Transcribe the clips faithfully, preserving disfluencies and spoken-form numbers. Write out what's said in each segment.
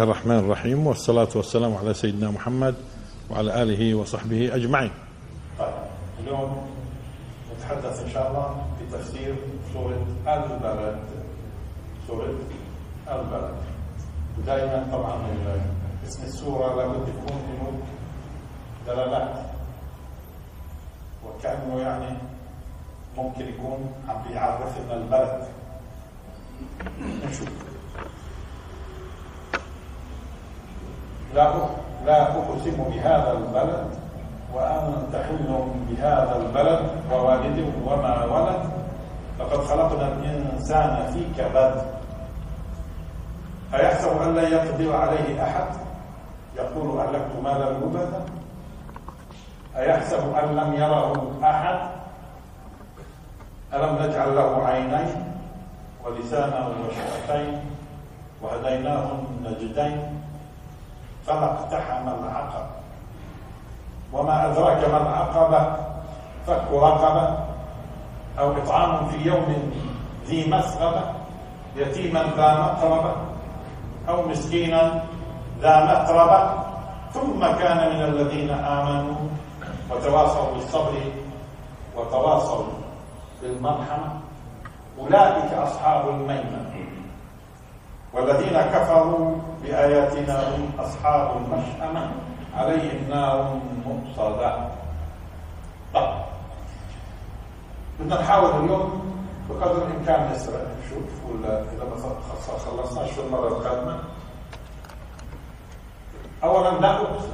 الرحمن الرحيم، والصلاة والسلام على سيدنا محمد وعلى آله وصحبه أجمعين. طيب، اليوم نتحدث إن شاء الله في تفسير سورة البلد. سورة البلد، ودائما طبعا اسم السورة لابد يكون له دلالات، وكأنه يعني ممكن يكون عم بيعرف لنا البلد. نشوف. لا لا أقسم بهذا البلد وأنت حل بهذا البلد ووالد وما ولد لقد خلقنا الإنسان في كبد أيحسب أن لا يقدر عليه أحد يقول أهلكت مالا لبدا أيحسب أن لم يره أحد ألم نجعل له عينين ولسانا وشفتين وهديناه النجدين فما اقتحم العقبة وما أدراك ما العقبة فك رقبة أو إطعام في يوم ذي مسغبة يتيما ذا مقربة أو مسكينا ذا متربة ثم كان من الذين آمنوا وتواصوا بالصبر وتواصوا بالمرحمة أولئك أصحاب الميمنة والذين كفروا بآياتنا هم أصحاب المشأمة عليهم نار مؤصدة. طيب، بدنا نحاول اليوم بقدر الإمكان نسرع نشوف، ولا إذا ما خلصناش في المرة القادمة. أولا لا أقسم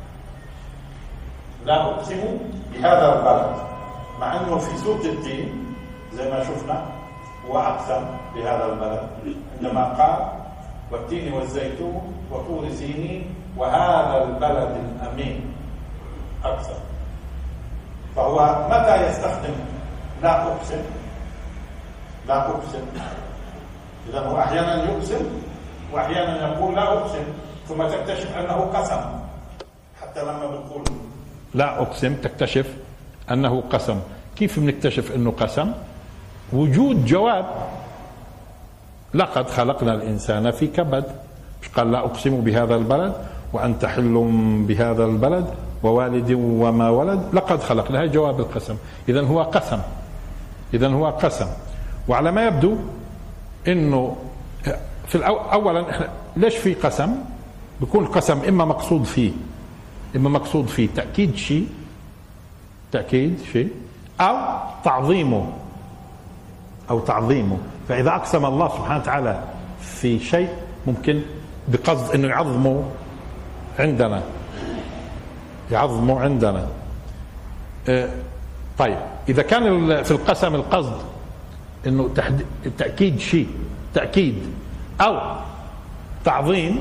لا أقسم بهذا البلد، مع أنه في سورة التين زي ما شفنا هو أقسم بهذا البلد عندما قال والتين والزيتون وطور سينين وهذا البلد الأمين. أقسم، فهو متى يستخدم لا أقسم؟ لا أقسم، إذا هو أحيانا يقسم وأحيانا يقول لا أقسم، ثم تكتشف أنه قسم. حتى لما بنقول لا أقسم تكتشف أنه قسم. كيف بنكتشف أنه قسم؟ وجود جواب لقد خلقنا الإنسان في كبد. مش قال لا أقسم بهذا البلد وأنت حل بهذا البلد ووالد وما ولد لقد خلقنا، هي جواب القسم. إذن هو قسم، إذن هو قسم. وعلى ما يبدو إنه في الأول أولا إحنا ليش في قسم؟ بيكون القسم إما مقصود فيه إما مقصود فيه تأكيد شيء تأكيد شيء أو تعظيمه أو تعظيمه. فإذا أقسم الله سبحانه وتعالى في شيء ممكن بقصد إنه يعظمه عندنا يعظمه عندنا. اه طيب، إذا كان في القسم القصد إنه تأكيد شيء تأكيد أو تعظيم،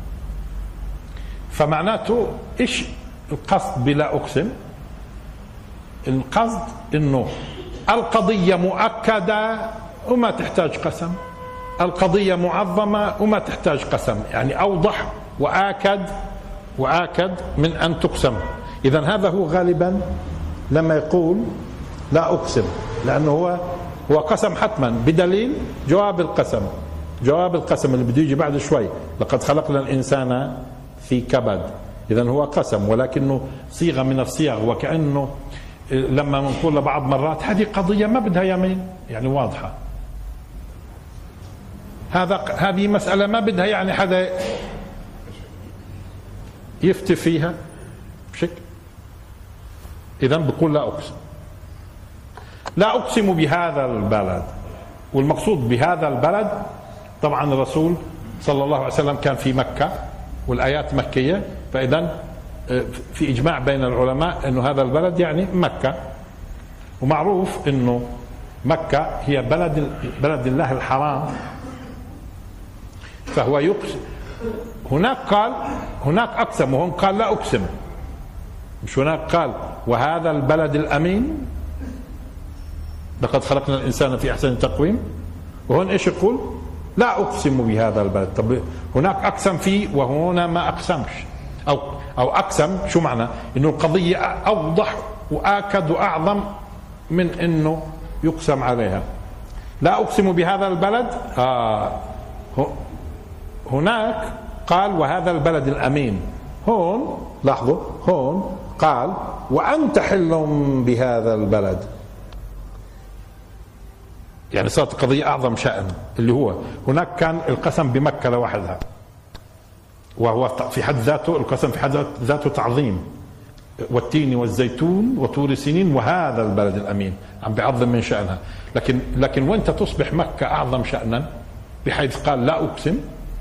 فمعناته إيش القصد بلا أقسم؟ القصد إنه القضية مؤكدة وما تحتاج قسم، القضية معظمة وما تحتاج قسم، يعني أوضح وآكد وآكد من أن تقسم. إذن هذا هو غالبا لما يقول لا أقسم، لأنه هو هو قسم حتما بدليل جواب القسم. جواب القسم اللي بده يجي بعد شوي لقد خلقنا الإنسان في كبد. إذن هو قسم ولكنه صيغة من الصيغ، وكأنه لما نقول لبعض مرات هذه قضية ما بدها يمين، يعني واضحة. هذا هذه مسألة ما بدها يعني حدا يفتي فيها بشكل. إذن بقول لا أقسم لا أقسم بهذا البلد. والمقصود بهذا البلد طبعا الرسول صلى الله عليه وسلم كان في مكة والآيات مكية، فإذن في إجماع بين العلماء أنه هذا البلد يعني مكة. ومعروف أنه مكة هي بلد بلد الله الحرام، فهو يقسم. هناك قال هناك أقسم وهون قال لا أقسم، مش هناك قال وهذا البلد الأمين لقد خلقنا الإنسان في أحسن تقويم، وهون إيش يقول؟ لا أقسم بهذا البلد. طب هناك أقسم فيه وهنا ما أقسمش، أو أو أقسم شو معنى؟ إنه القضية أوضح وآكد وأعظم من إنه يقسم عليها. لا أقسم بهذا البلد. آه هناك قال وهذا البلد الأمين. هون لاحظوا، هون قال وأنت حل بهذا البلد، يعني صارت قضية أعظم شأن، اللي هو هناك كان القسم بمكة لوحدها، وهو في حد ذاته القسم في حد ذاته تعظيم، والتين والزيتون وطور سنين وهذا البلد الأمين، عم بيعظم من شأنها. لكن لكن وانت تصبح مكة أعظم شأنا بحيث قال لا أقسم.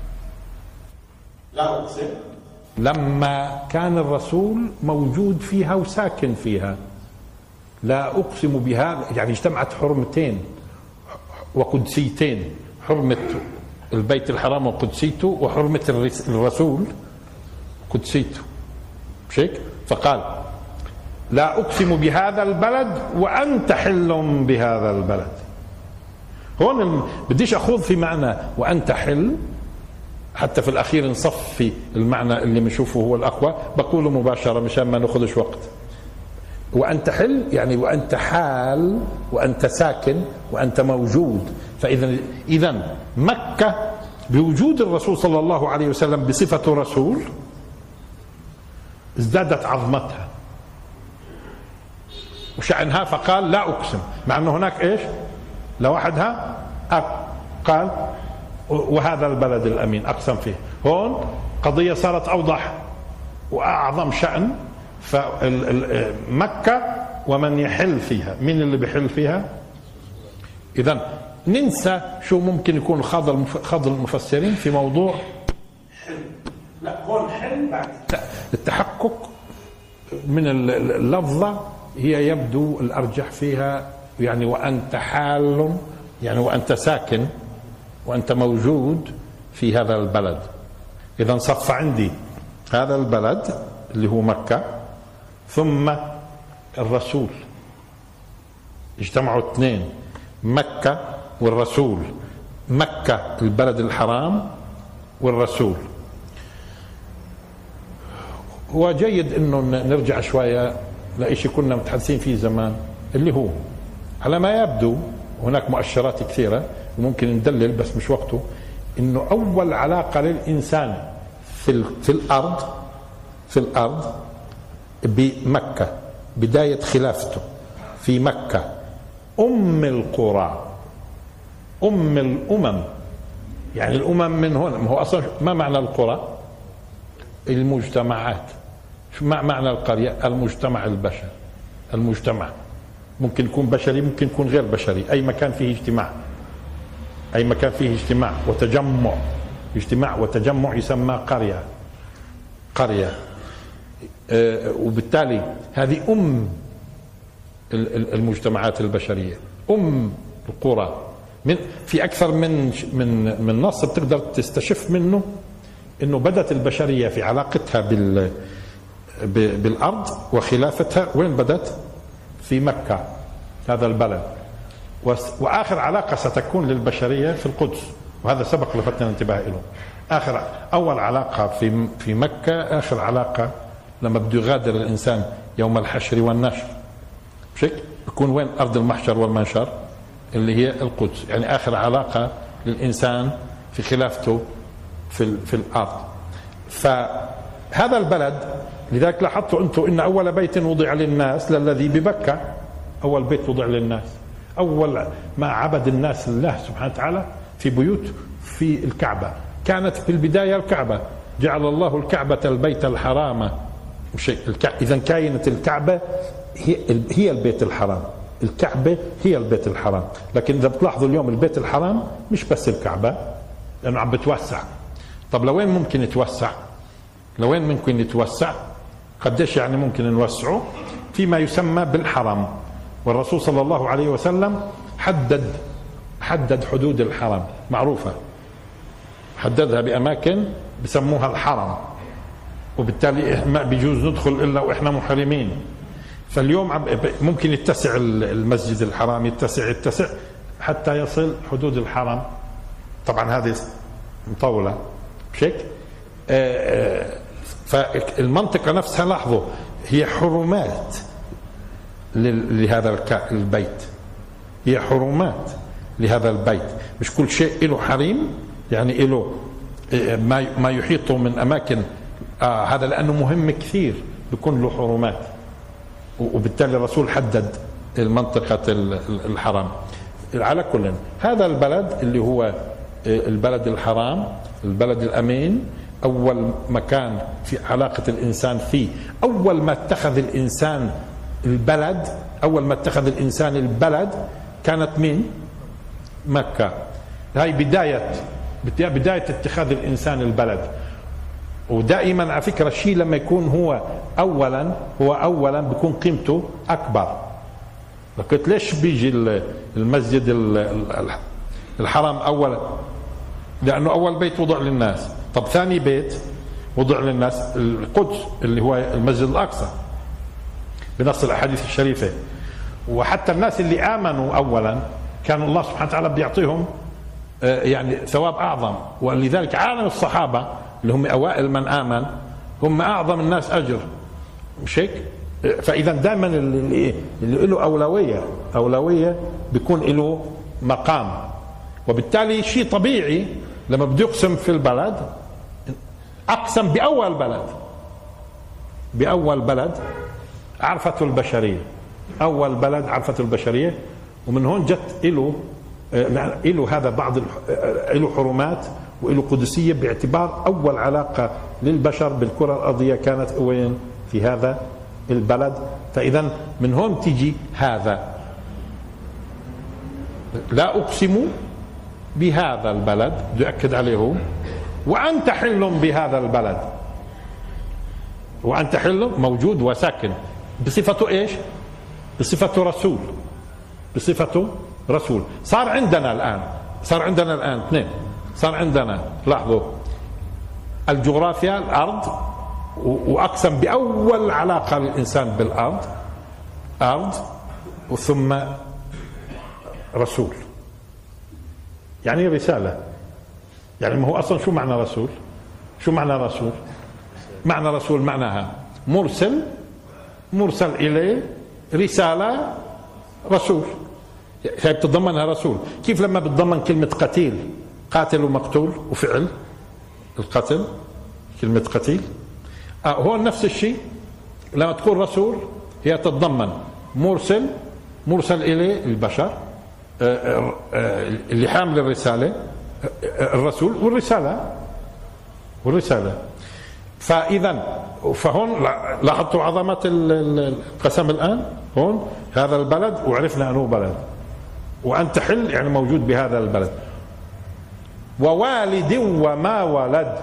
لا أقسم لما كان الرسول موجود فيها وساكن فيها. لا أقسم بهذا، يعني اجتمعت حرمتين وقدسيتين، حرمة البيت الحرام وقدسيته، وحرمة الرسول قدسيته، مش هيك؟ فقال لا أقسم بهذا البلد وأنت حل بهذا البلد. هون بديش أخوض في معنى وأنت حل، حتى في الأخير نصفي المعنى اللي بنشوفه هو الأقوى، بقوله مباشرة مشان ما ناخذش وقت. وأنت حل يعني وأنت حال، وأنت ساكن، وأنت موجود. فإذا إذا مكة بوجود الرسول صلى الله عليه وسلم بصفة رسول ازدادت عظمتها وشأنها، فقال لا أقسم، مع أنه هناك إيش لوحدها قال وهذا البلد الأمين أقسم فيه. هون قضية صارت أوضح وأعظم شأن، فمكة ومن يحل فيها، من اللي بيحل فيها؟ إذن ننسى شو ممكن يكون خاض المفسرين في موضوع حل. لا هون حل بعد التحقق من اللفظة هي يبدو الأرجح فيها، يعني وأنت حال، يعني وأنت ساكن وأنت موجود في هذا البلد. إذن صف عندي هذا البلد اللي هو مكة، ثم الرسول، اجتمعوا اثنين، مكة والرسول، مكة البلد الحرام والرسول. هو جيد انه نرجع شوية لإشي كنا متحدثين فيه زمان، اللي هو على ما يبدو هناك مؤشرات كثيرة وممكن ندلل بس مش وقته، انه اول علاقة للإنسان في في الأرض في الأرض بمكة، بداية خلافته في مكة، أم القرى، أم الأمم، يعني الأمم من هنا. ما هو أصلا ما معنى القرى؟ المجتمعات. ما معنى القرية؟ المجتمع البشري. المجتمع ممكن يكون بشري، ممكن يكون غير بشري، أي مكان فيه اجتماع، أي مكان فيه اجتماع وتجمع، اجتماع وتجمع يسمى قرية. قرية أه وبالتالي هذه أم المجتمعات البشرية، أم القرى. من في أكثر من من من نص بتقدر تستشف منه إنه بدت البشرية في علاقتها بال بالأرض وخلافتها وين بدت؟ في مكة، هذا البلد. وآخر علاقة ستكون للبشرية في القدس، وهذا سبق لفتنا الانتباه له. آخر أول علاقة في في مكة، آخر علاقة لما بده يغادر الإنسان يوم الحشر والنشر، مش هيك؟ بيكون وين؟ أرض المحشر والمنشر اللي هي القدس، يعني آخر علاقة للإنسان في خلافته في في الأرض. فهذا البلد، لذلك لاحظتوا أنتم إن أول بيت وضع للناس للذي ببكة، أول بيت وضع للناس، أول ما عبد الناس الله سبحانه وتعالى في بيوت في الكعبة، كانت في البداية الكعبة، جعل الله الكعبة البيت الحرام. إذا كانت الكعبة هي هي البيت الحرام، الكعبة هي البيت الحرام. لكن إذا بتلاحظوا اليوم البيت الحرام مش بس الكعبة، لأنه عم بتوسع. طب لوين ممكن يتوسع؟ لوين ممكن يتوسع؟ قديش يعني ممكن نوسعه؟ فيما يسمى بالحرم. والرسول صلى الله عليه وسلم حدد حدد حدود الحرم معروفة، حددها بأماكن بسموها الحرم، وبالتالي ما بيجوز ندخل إلا وإحنا محرمين. فاليوم ممكن يتسع المسجد الحرام، يتسع يتسع حتى يصل حدود الحرم. طبعا هذه مطولة مش هيك؟ فالمنطقة نفسها لاحظوا هي حرمات لهذا البيت، هي حرمات لهذا البيت، مش كل شيء له حريم يعني له ما ما يحيطه من اماكن آه هذا لانه مهم كثير بيكون له حرمات، وبالتالي الرسول حدد المنطقة الحرام. على كل هذا البلد اللي هو البلد الحرام، البلد الأمين، أول مكان في علاقة الإنسان فيه، أول ما اتخذ الإنسان البلد، أول ما اتخذ الإنسان البلد كانت مين؟ مكة. هاي بداية بداية اتخاذ الإنسان البلد. ودائما على فكرة الشيء لما يكون هو أولا هو أولا بيكون قيمته أكبر. قلت ليش بيجي المسجد الحرام أولا؟ لأنه أول بيت وضع للناس. طب ثاني بيت وضع للناس القدس اللي هو المسجد الأقصى بنص الأحاديث الشريفة. وحتى الناس اللي آمنوا أولا كان الله سبحانه وتعالى بيعطيهم يعني ثواب أعظم، ولذلك عالم الصحابة اللي هم أوائل من آمن هم أعظم الناس أجر، مش هيك؟ فإذا دائما اللي, اللي له أولوية أولوية بيكون له مقام. وبالتالي شيء طبيعي لما بده يقسم في البلد أقسم بأول بلد، بأول بلد عرفته البشرية، أول بلد عرفته البشرية. ومن هون جت له له هذا بعض له حرمات وله قدسية باعتبار أول علاقة للبشر بالكرة الأرضية كانت وين؟ في هذا البلد. فإذا من هون تيجي هذا، لا أقسم بهذا البلد، بدي أكد عليه، وأنت حل بهذا البلد. وأنت حل موجود وساكن بصفته إيش؟ بصفته رسول، بصفته رسول. صار عندنا الآن صار عندنا الآن اثنين، صار عندنا لاحظوا الجغرافيا الأرض، وأقسم بأول علاقة للإنسان بالأرض أرض، وثم رسول. يعني رسالة. يعني ما هو أصلا شو معنى رسول؟ شو معنى رسول؟ معنى رسول معناها مرسل، مرسل إليه رسالة، رسول. هي بتتضمنها رسول. كيف لما بتضمن كلمة قتيل، قاتل ومقتول وفعل القتل كلمة قتيل، آه هون نفس الشيء. لما تكون رسول هي تتضمن مرسل، مرسل إليه البشر، آه آه اللي حامل الرسالة، آه الرسول والرسالة والرسالة. فإذا فهون لاحظتوا عظمة القسم الآن. هون هذا البلد وعرفنا أنه بلد، وأن تحل يعني موجود بهذا البلد. ووالد وما ولد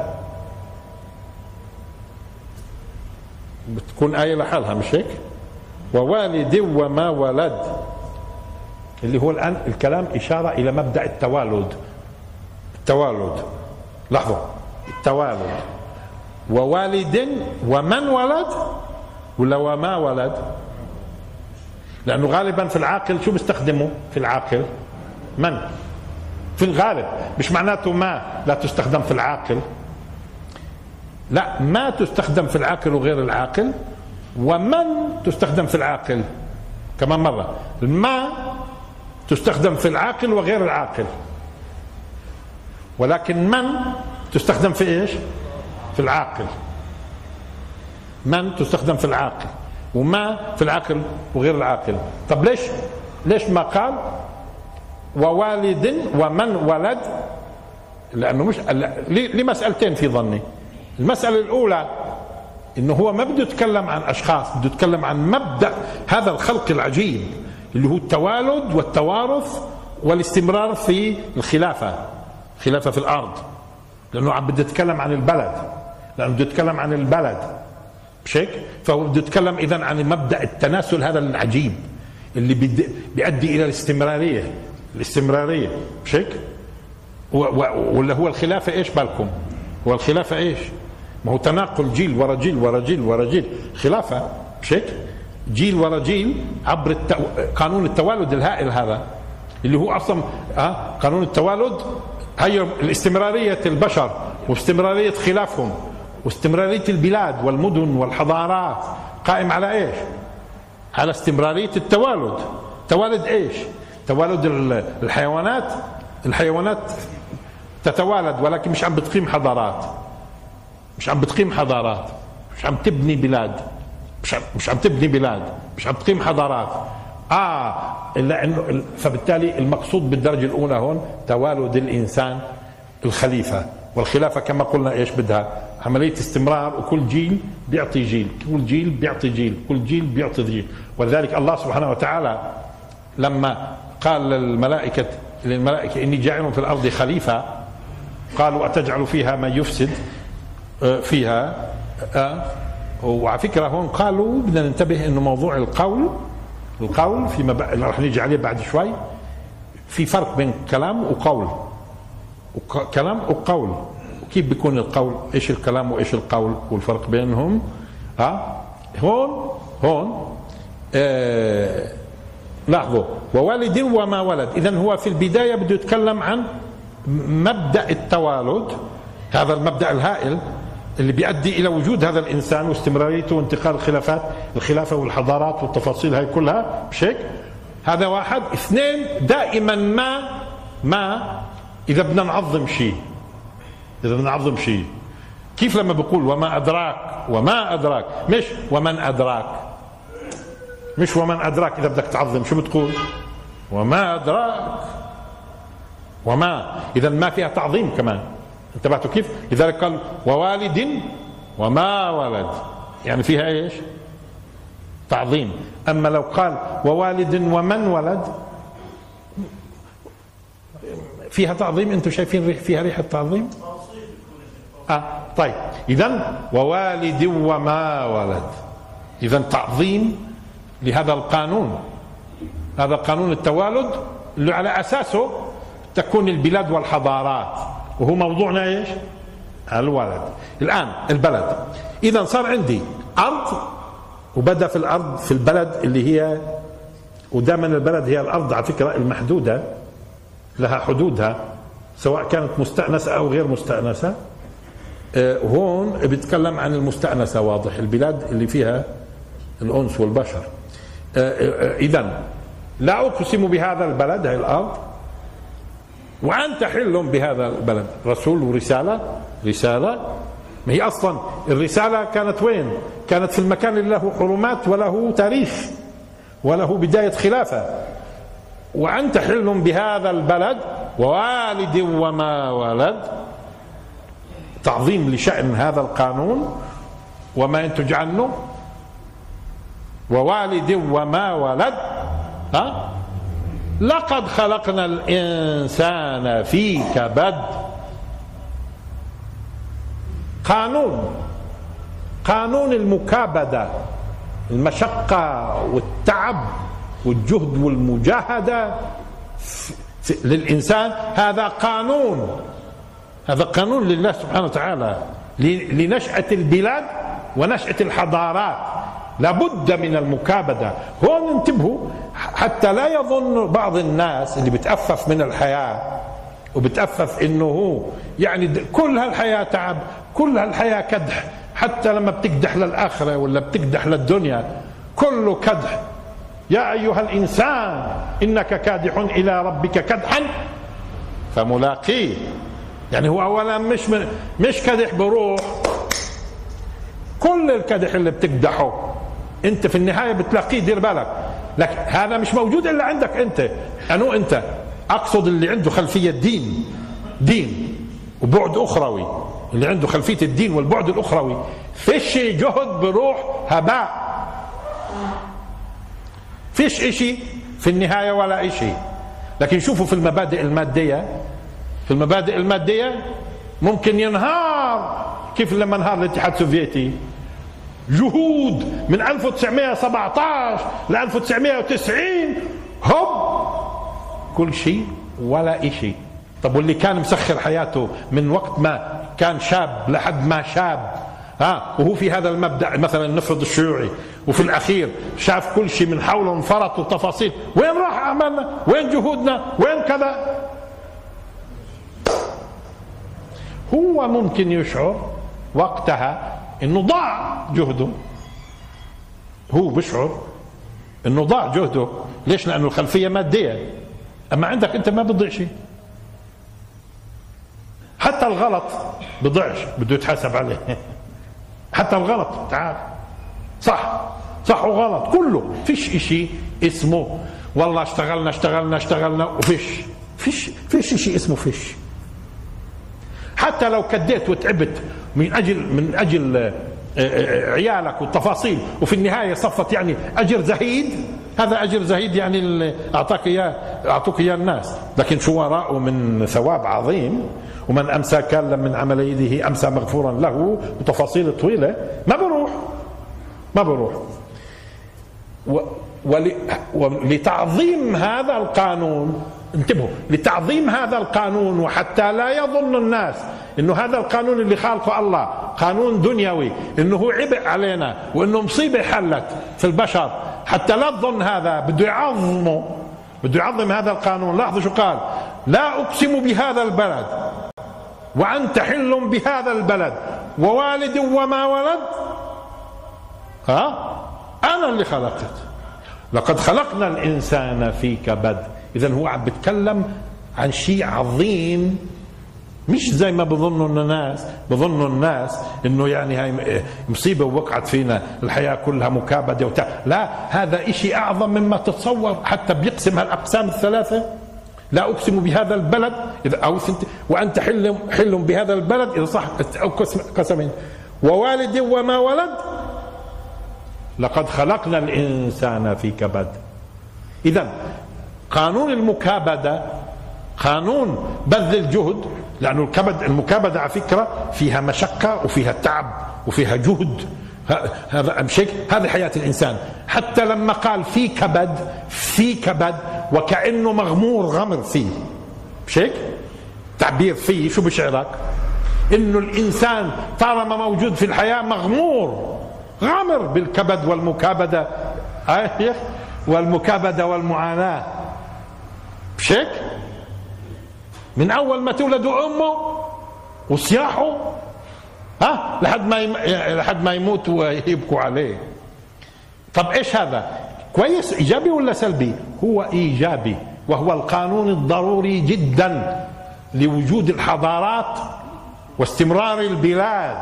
بتكون آية لحالها، مش هيك؟ ووالد وما ولد، اللي هو الآن الكلام إشارة إلى مبدأ التوالد. التوالد لاحظوا التوالد. ووالد ومن ولد ولا وما ولد؟ لأنه غالبا في العاقل شو بيستخدموا في العاقل؟ من في الغالب، مش معناته ما لا تستخدم في العاقل، لا، ما تستخدم في العاقل وغير العاقل، ومن تستخدم في العاقل كمان مرة. ما تستخدم في العاقل وغير العاقل، ولكن من تستخدم في ايش؟ في العاقل. من تستخدم في العاقل، وما في العاقل وغير العاقل. طب ليش ليش ما قال ووالد ومن ولد؟ لأنه مش لمسألتين في ظني. المسألة الأولى إنه هو ما بده يتكلم عن أشخاص، بده يتكلم عن مبدأ هذا الخلق العجيب اللي هو التوالد والتوارث والاستمرار في الخلافة، خلافة في الأرض. لأنه عم بده يتكلم عن البلد، لأنه بده يتكلم عن البلد، مش هيك؟ فهو بده يتكلم إذن عن مبدأ التناسل هذا العجيب اللي بيؤدي إلى الاستمرارية، الاستمرارية، مش هيك؟ ولا هو الخلافة إيش بالكم؟ هو الخلافة إيش؟ ما هو تناقل جيل ورا جيل ورا جيل ورا جيل، خلافة، مش هيك؟ جيل ورا جيل عبر التو... قانون التوالد الهائل هذا اللي هو أصلا آه قانون التوالد هي الاستمرارية البشر واستمرارية خلافهم واستمرارية البلاد والمدن والحضارات قائم على ايش؟ على استمرارية التوالد. توالد ايش؟ توالد الحيوانات. الحيوانات تتوالد ولكن مش عم بتقيم حضارات، مش عم بتقيم حضارات، مش عم تبني بلاد، مش عم, مش عم تبني بلاد، مش عم تقيم حضارات. اه الا انه فبالتالي المقصود بالدرجه الاولى هون توالد الانسان الخليفه، والخلافه كما قلنا ايش بدها؟ عمليه استمرار، وكل جيل بيعطي جيل، كل جيل بيعطي جيل، كل جيل بيعطي جيل. ولذلك الله سبحانه وتعالى لما قال للملائكه للملائكه اني جاعل في الارض خليفه، قالوا أتجعل فيها من يفسد فيها. وعلى فكرة هون قالوا بدنا ننتبه انه موضوع القول القول فيما ب... رح نيجي عليه بعد شوي، في فرق بين كلام وقول، وك... كلام وقول، وكيف بيكون القول، ايش الكلام وايش القول والفرق بينهم. ها هون هون آه... لاحظوا ووالد وما ولد، اذا هو في البداية بده يتكلم عن مبدأ التوالد، هذا المبدأ الهائل اللي بيؤدي إلى وجود هذا الإنسان واستمراريته وانتقال الخلافات الخلافة والحضارات والتفاصيل هاي كلها، مش هيك؟ هذا واحد. اثنين، دائما ما ما إذا بدنا نعظم شيء إذا بدنا نعظم شيء كيف لما بقول وما أدراك وما أدراك، مش ومن أدراك، مش ومن أدراك. إذا بدك تعظم شو بتقول؟ وما أدراك، وما، إذا ما فيها تعظيم كمان. انتبهتوا كيف؟ لذلك قال ووالد وما ولد، يعني فيها ايش؟ تعظيم. اما لو قال ووالد ومن ولد فيها تعظيم. انتم شايفين فيها ريحة تعظيم؟ اه طيب، اذا ووالد وما ولد، اذا تعظيم لهذا القانون، هذا قانون التوالد اللي على اساسه تكون البلاد والحضارات، وهو موضوعنا ايش؟ الولد. الان البلد، اذا صار عندي ارض، وبدا في الارض في البلد اللي هي، ودائما البلد هي الارض على فكره المحدوده، لها حدودها سواء كانت مستأنسة او غير مستأنسة. آه هون بيتكلم عن المستأنسة، واضح، البلاد اللي فيها الانس والبشر. آه آه اذا لا اقسم بهذا البلد، هي الارض، وأنت حل بهذا البلد. رسول ورسالة، رسالة، ما هي أصلا الرسالة كانت وين؟ كانت في المكان اللي له حرمات وله تاريخ وله بداية خلافة. وأنت حل بهذا البلد ووالد وما ولد، تعظيم لشأن هذا القانون وما ينتج عنه. ووالد وما ولد، ها؟ لقد خلقنا الإنسان في كبد. قانون قانون المكابدة، المشقة والتعب والجهد والمجاهدة للإنسان، هذا قانون، هذا قانون لله سبحانه وتعالى لنشأة البلاد ونشأة الحضارات. لابد من المكابدة. هون انتبهوا حتى لا يظن بعض الناس اللي بتأفف من الحياة وبتأفف انه هو يعني كل هالحياة تعب، كل هالحياة كدح، حتى لما بتكدح للآخرة ولا بتكدح للدنيا كله كدح. يا أيها الإنسان إنك كادح إلى ربك كدحا فملاقيه. يعني هو أولا مش من مش كدح بروح، كل الكدح اللي بتكدحه انت في النهاية بتلاقيه، دير بالك. لكن هذا مش موجود الا عندك انت. انو انت اقصد اللي عنده خلفية دين دين وبعد اخروي، اللي عنده خلفية الدين والبعد الاخروي، فيش جهد بروح هباء، فيش اشي في النهاية ولا اشي. لكن شوفوا في المبادئ المادية، في المبادئ المادية ممكن ينهار، كيف لما انهار الاتحاد السوفيتي، جهود من ألف وتسعمائة وسبعة عشر ل ألف وتسعمائة وتسعين، هوب كل شيء ولا شيء. طب واللي كان مسخر حياته من وقت ما كان شاب لحد ما شاب، ها، وهو في هذا المبدأ مثلا نفرض الشيوعي، وفي الأخير شاف كل شيء من حوله انفرط وتفاصيل، وين راح أعمالنا؟ وين جهودنا؟ وين كذا؟ هو ممكن يشعر وقتها انه ضاع جهده، هو بيشعر انه ضاع جهده. ليش؟ لانه الخلفيه ماديه. اما عندك انت ما بتضيع شيء، حتى الغلط بضعش بده يتحاسب عليه. حتى الغلط تعال صح صح وغلط كله، فيش اشي اسمه والله اشتغلنا اشتغلنا اشتغلنا وفيش فيش فيش اشي اسمه فيش. حتى لو كديت وتعبت من اجل من اجل عيالك والتفاصيل وفي النهايه صفت يعني اجر زهيد، هذا اجر زهيد يعني اللي اعطاك اياه اعطوك اياه الناس، لكن شو وراءه من ثواب عظيم. ومن امسى كالا من عمل يده امسى مغفورا له، وتفاصيل طويله ما بروح ما بروح. ولتعظيم هذا القانون، انتبهوا، لتعظيم هذا القانون وحتى لا يظن الناس انه هذا القانون اللي خالقه الله قانون دنيوي، انه هو عبء علينا وانه مصيبه حلت في البشر، حتى لا تظن هذا، بده يعظمه، بده يعظم هذا القانون. لاحظوا شو قال: لا اقسم بهذا البلد وانت حل بهذا البلد ووالد وما ولد. ها انا اللي خلقت، لقد خلقنا الانسان في كبد. اذا هو عم بيتكلم عن شيء عظيم، مش زي ما بظنوا الناس بظنوا الناس انه يعني هاي مصيبه ووقعت فينا الحياه كلها مكابده وتع... لا، هذا إشي اعظم مما تتصور. حتى بيقسم هالاقسام الثلاثه: لا اقسم بهذا البلد اذا او وانت حل حل بهذا البلد اذا صح قسمين، ووالد وما ولد، لقد خلقنا الانسان في كبد. اذا قانون المكابده قانون بذل الجهد، لأنه الكبد المكابدة على فكرة فيها مشقة وفيها تعب وفيها جهد. هذا أمشيك، هذه حياة الإنسان. حتى لما قال في كبد في كبد وكأنه مغمور غمر فيه، مش هيك؟ تعبير فيه شو بشعرك؟ إنه الإنسان طالما موجود في الحياة مغمور غمر بالكبد والمكابدة والمكابدة والمعاناة، مش هيك؟ من اول ما تولدوا امه وصياحه ها لحد ما يم... لحد ما يموت ويبكوا عليه. طب ايش هذا؟ كويس ايجابي ولا سلبي؟ هو ايجابي، وهو القانون الضروري جدا لوجود الحضارات واستمرار البلاد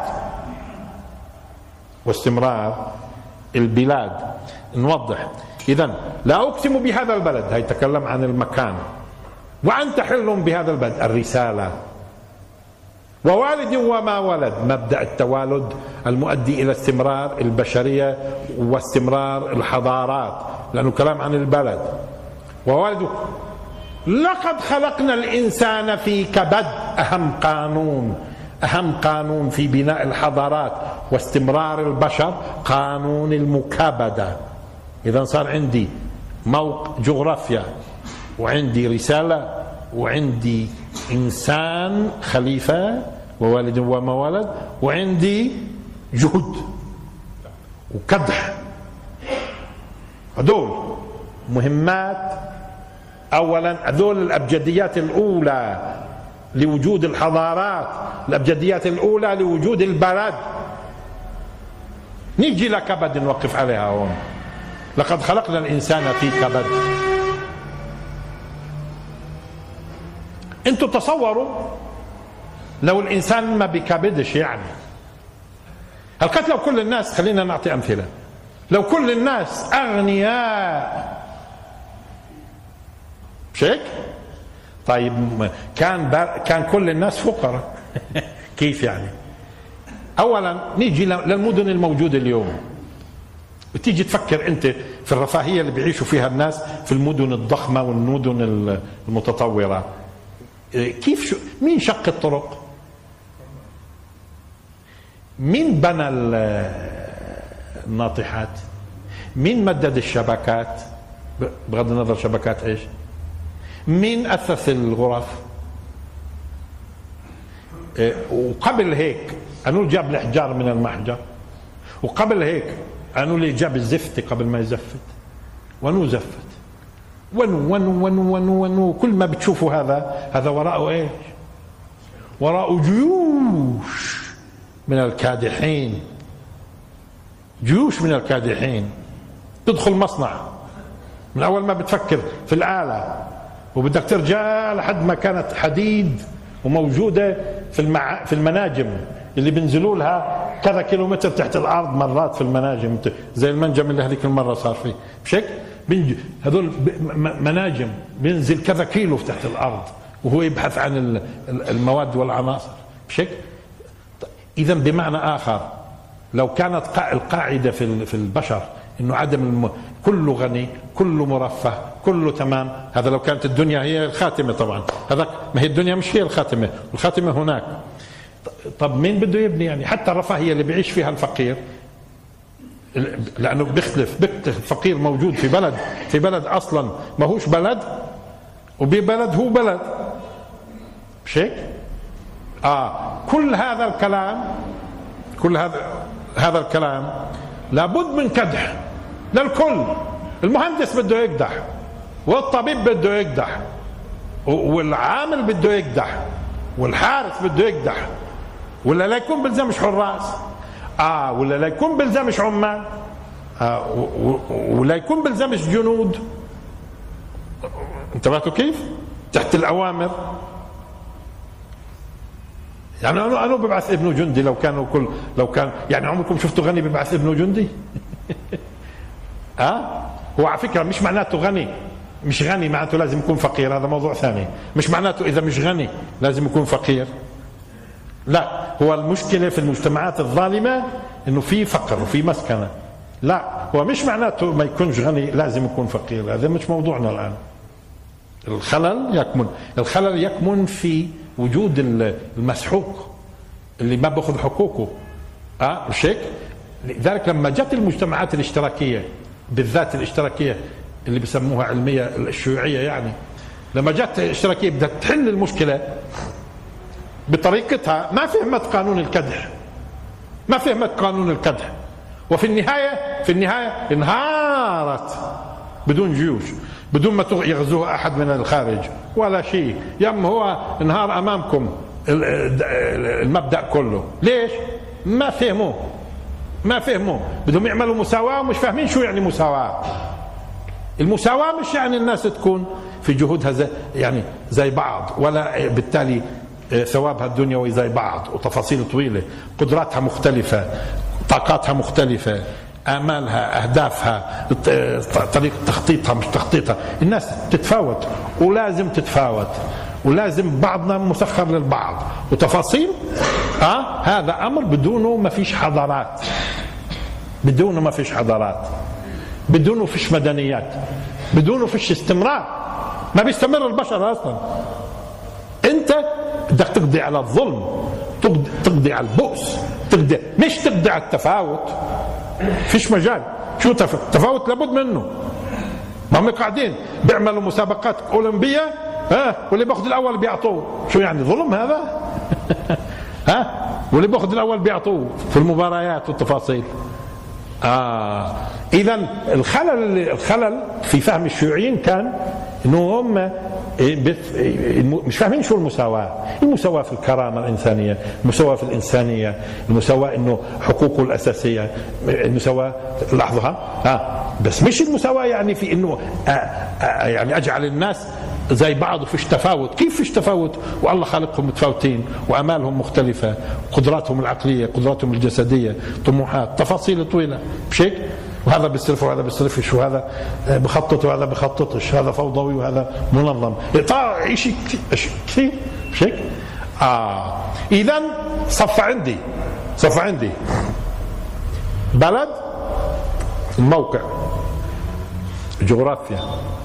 واستمرار البلاد. نوضح. اذا لا اقسم بهذا البلد، هي تكلم عن المكان، وأنت حل بهذا البلد الرسالة، ووالد وما ولد مبدأ التوالد المؤدي إلى استمرار البشرية واستمرار الحضارات، لأنه كلام عن البلد. ووالد لقد خلقنا الإنسان في كبد، أهم قانون أهم قانون في بناء الحضارات واستمرار البشر قانون المكابدة. إذا صار عندي موقع جغرافيا، وعندي رسالة، وعندي إنسان خليفة ووالد وما ولد، وعندي جهد وكدح. هذول مهمات. أولا هذول الأبجديات الأولى لوجود الحضارات، الأبجديات الأولى لوجود البلد. نيجي لكبد نوقف عليها هون. لقد خلقنا الإنسان في كبد. انتوا تصوروا لو الانسان ما بيكابدش، يعني هالقد لو كل الناس، خلينا نعطي امثله، لو كل الناس اغنياء، مش هيك؟ طيب كان كان كل الناس فقراء كيف يعني؟ اولا نيجي للمدن الموجوده اليوم، بتيجي تفكر انت في الرفاهيه اللي بيعيشوا فيها الناس في المدن الضخمه والمدن المتطوره. كيف شو مين شق الطرق؟ مين بنى الناطحات؟ مين مدد الشبكات؟ بغض النظر شبكات ايش؟ مين أسس الغرف؟ وقبل هيك قالوا جاب الحجار من المحجر، وقبل هيك قالوا لي جاب الزفتة قبل ما يزفت، ونو زفت ونو ونو ونو ونو ونو. كل ما بتشوفوا هذا هذا وراءه ايش؟ وراءه جيوش من الكادحين، جيوش من الكادحين. تدخل مصنع من اول ما بتفكر في الآلة وبدك ترجع لحد ما كانت حديد وموجودة في المع... في المناجم اللي بينزلوا لها كذا كيلومتر تحت الارض مرات في المناجم، زي المنجم اللي هذيك المره صار فيه بشكل بنج... هذول مناجم بينزل كذا كيلو تحت الارض وهو يبحث عن المواد والعناصر بشكل. اذا بمعنى اخر لو كانت القاعده في في البشر انه عدم الم... كله غني كله مرفه كله تمام، هذا لو كانت الدنيا هي الخاتمه طبعا، هذاك ما هي الدنيا مش هي الخاتمه، الخاتمه هناك. طب مين بده يبني يعني؟ حتى الرفاهيه اللي بيعيش فيها الفقير لانه بيختلف بيختلف الفقير موجود في بلد في بلد اصلا ما هوش بلد، وببلد هو بلد مش هيك؟ اه كل هذا الكلام كل هذا هذا الكلام لابد من كدح للكل. المهندس بده يكدح، والطبيب بده يكدح، والعامل بده يكدح، والحارس بده يكدح، ولا لا يكون بلزمش حراس، اه ولا لا يكون بلزمش عمال، آه ولا يكون بلزمش جنود. انتبهتوا كيف؟ تحت الاوامر. يعني انا انا ببعث ابنه جندي لو كانوا كل لو كان يعني عمركم شفتوا غني ببعث ابنه جندي؟ ها آه؟ هو على فكره مش معناته غني مش غني معناته لازم يكون فقير، هذا موضوع ثاني. مش معناته اذا مش غني لازم يكون فقير، لا. هو المشكله في المجتمعات الظالمه انه في فقر وفي مسكنه، لا هو مش معناته ما يكونش غني لازم يكون فقير، هذا مش موضوعنا الان. الخلل يكمن الخلل يكمن في وجود المسحوق اللي ما باخذ حقوقه، اه مش هيك؟ لذلك لما جت المجتمعات الاشتراكيه بالذات الاشتراكيه اللي بسموها علميه الشيوعيه، يعني لما جت الاشتراكيه بدها تحل المشكله بطريقتها، ما فهمت قانون الكدح، ما فهمت قانون الكدح، وفي النهايه في النهايه انهارت بدون جيوش، بدون ما يغزوها احد من الخارج ولا شيء. يم هو انهار امامكم المبدا كله. ليش؟ ما فهموا ما فهموا بدهم يعملوا مساواه ومش فاهمين شو يعني مساواه. المساواه مش يعني الناس تكون في جهودها زي يعني زي بعض، ولا بالتالي ثوابها الدنيوي زي بعض، وتفاصيل طويله، قدراتها مختلفه، طاقاتها مختلفه، آمالها، أهدافها، طريقة تخطيطها مش تخطيطها، الناس تتفاوت ولازم تتفاوت، ولازم بعضنا مسخر للبعض، وتفاصيل آه هذا أمر بدونه ما فيش حضارات، بدونه ما فيش حضارات، بدونه فيش مدنيات، بدونه فيش استمرار، ما بيستمر البشر أصلا. أنت بدك تقضي على الظلم، تقضي على البؤس، تقضي مش تقضي على التفاوت، فيش مجال. شو تفاوت لابد منه. ما هم قاعدين بيعملوا مسابقات أولمبية ها، واللي باخذ الأول بيعطوه، شو يعني ظلم هذا؟ ها، واللي باخذ الأول بيعطوه في المباريات والتفاصيل. آه إذا الخلل الخلل في فهم الشيوعيين كان إنه هم مش فاهمين شو المساواة. المساواة في الكرامة الإنسانية، المساواة في الإنسانية، المساواة إنه حقوقه الأساسية، المساواة لحظة ها، بس مش المساواة يعني في إنه آآ آآ يعني أجعل الناس زي بعض وفيش تفاوت. كيف فيش تفاوت والله خالقهم متفاوتين وأمالهم مختلفة، قدراتهم العقلية، قدراتهم الجسدية، طموحات، تفاصيل طويلة مش هيك؟ وهذا بيصرف وهذا بيصرفش، وهذا بخطط وهذا بخططش، هذا فوضوي وهذا منظم، شيء كثير مش هيك؟ اه اذا صف عندي صف عندي بلد، الموقع، جغرافيا،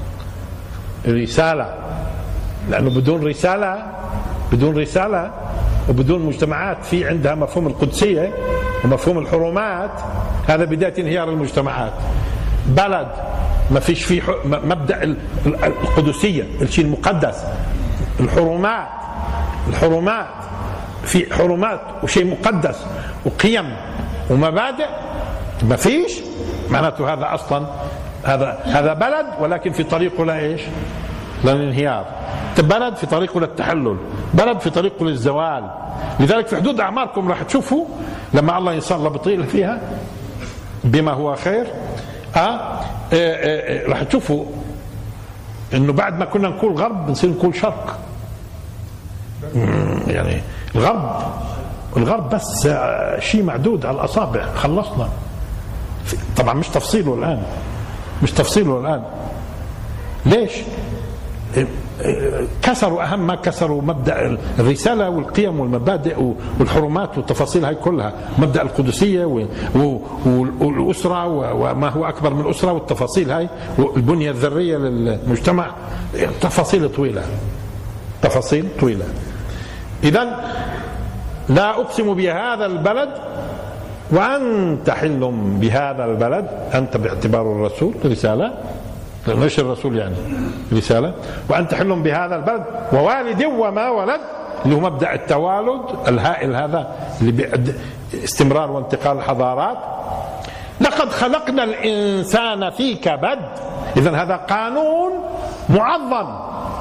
رسالة، لأنه بدون رسالة بدون رسالة وبدون مجتمعات في عندها مفهوم القدسية ومفهوم الحرمات، هذا بداية انهيار المجتمعات. بلد ما فيش فيه مبدأ القدسية، الشيء المقدس، الحرمات الحرمات في حرمات وشيء مقدس وقيم ومبادئ، ما فيش، معناته هذا أصلا هذا هذا بلد ولكن في طريقه لا ايش؟ للانهيار. بلد في طريقه للتحلل، بلد في طريقه للزوال. لذلك في حدود اعماركم راح تشوفوا لما الله ان شاء الله بيطيل فيها بما هو خير آه, آه, آه راح تشوفوا انه بعد ما كنا نقول غرب بنصير نقول شرق. يعني الغرب الغرب بس شيء معدود على الأصابع خلصنا. طبعا مش تفصيله الآن، مش تفصيله الآن. ليش؟ كسروا أهم ما كسروا مبدأ الرسالة والقيم والمبادئ والحرمات والتفاصيل هاي كلها، مبدأ القدسية والأسرة وما هو أكبر من الأسرة والتفاصيل هاي والبنية الذرية للمجتمع، تفاصيل طويلة، تفاصيل طويلة. إذن لا أقسم بهذا البلد وأنت حل بهذا البلد، أنت باعتبار الرسول رسالة، ليش الرسول يعني رسالة، وأنت حل بهذا البلد ووالد وما ولد، اللي هو مبدأ التوالد الهائل هذا اللي بيعد استمرار وانتقال الحضارات. لقد خلقنا الإنسان في كبد، إذن هذا قانون معظم،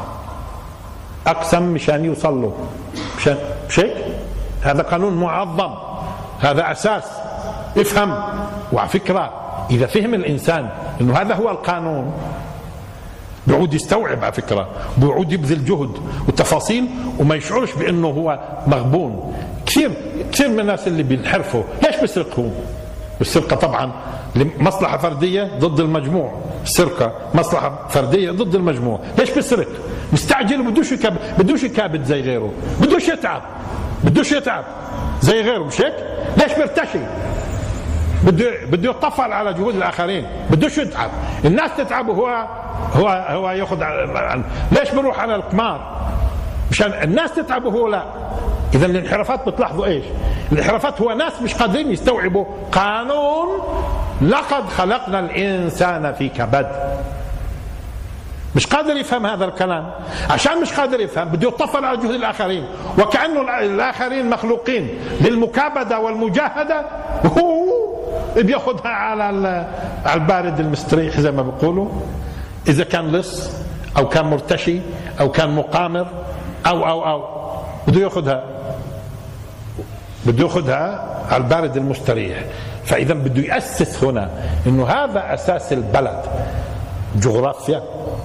أقسم مشان يوصل له، مشان شيء، هذا قانون معظم، هذا أساس. افهم. وعلى فكرة إذا فهم الإنسان إنه هذا هو القانون بيعود يستوعب، على فكرة بيعود يبذل جهد وتفاصيل وما يشعرش بأنه هو مغبون. كثير كثير من الناس اللي بينحرفوا ليش بيسرقوا؟ السرقة طبعا مصلحة فردية ضد المجموع، السرقة مصلحة فردية ضد المجموع. ليش بيسرق؟ مستعجل وبدوش يكاب بدوش يكابد زي غيره، بدوش يتعب بدوش يتعب زي غيره، مش هيك؟ ليش بيرتشي؟ بده بده يطفل على جهود الاخرين، بدوش يتعب. الناس تتعب وهو هو هو ياخذ. ليش بنروح على القمار؟ مشان الناس تتعب وهو لا. اذا الانحرافات بتلاحظوا ايش؟ الانحرافات هو ناس مش قادرين يستوعبوا قانون لقد خلقنا الانسان في كبد. مش قادر يفهم هذا الكلام، عشان مش قادر يفهم بده يطفل على جهود الاخرين، وكأنه الاخرين مخلوقين للمكابده والمجاهده، وهو بياخذها على على البارد المستريح زي ما بيقولوا. اذا كان لص او كان مرتشي او كان مقامر او او او بده ياخذها بده ياخذها على البارد المستريح. فاذا بده يأسس هنا انه هذا اساس البلد، جغرافيا،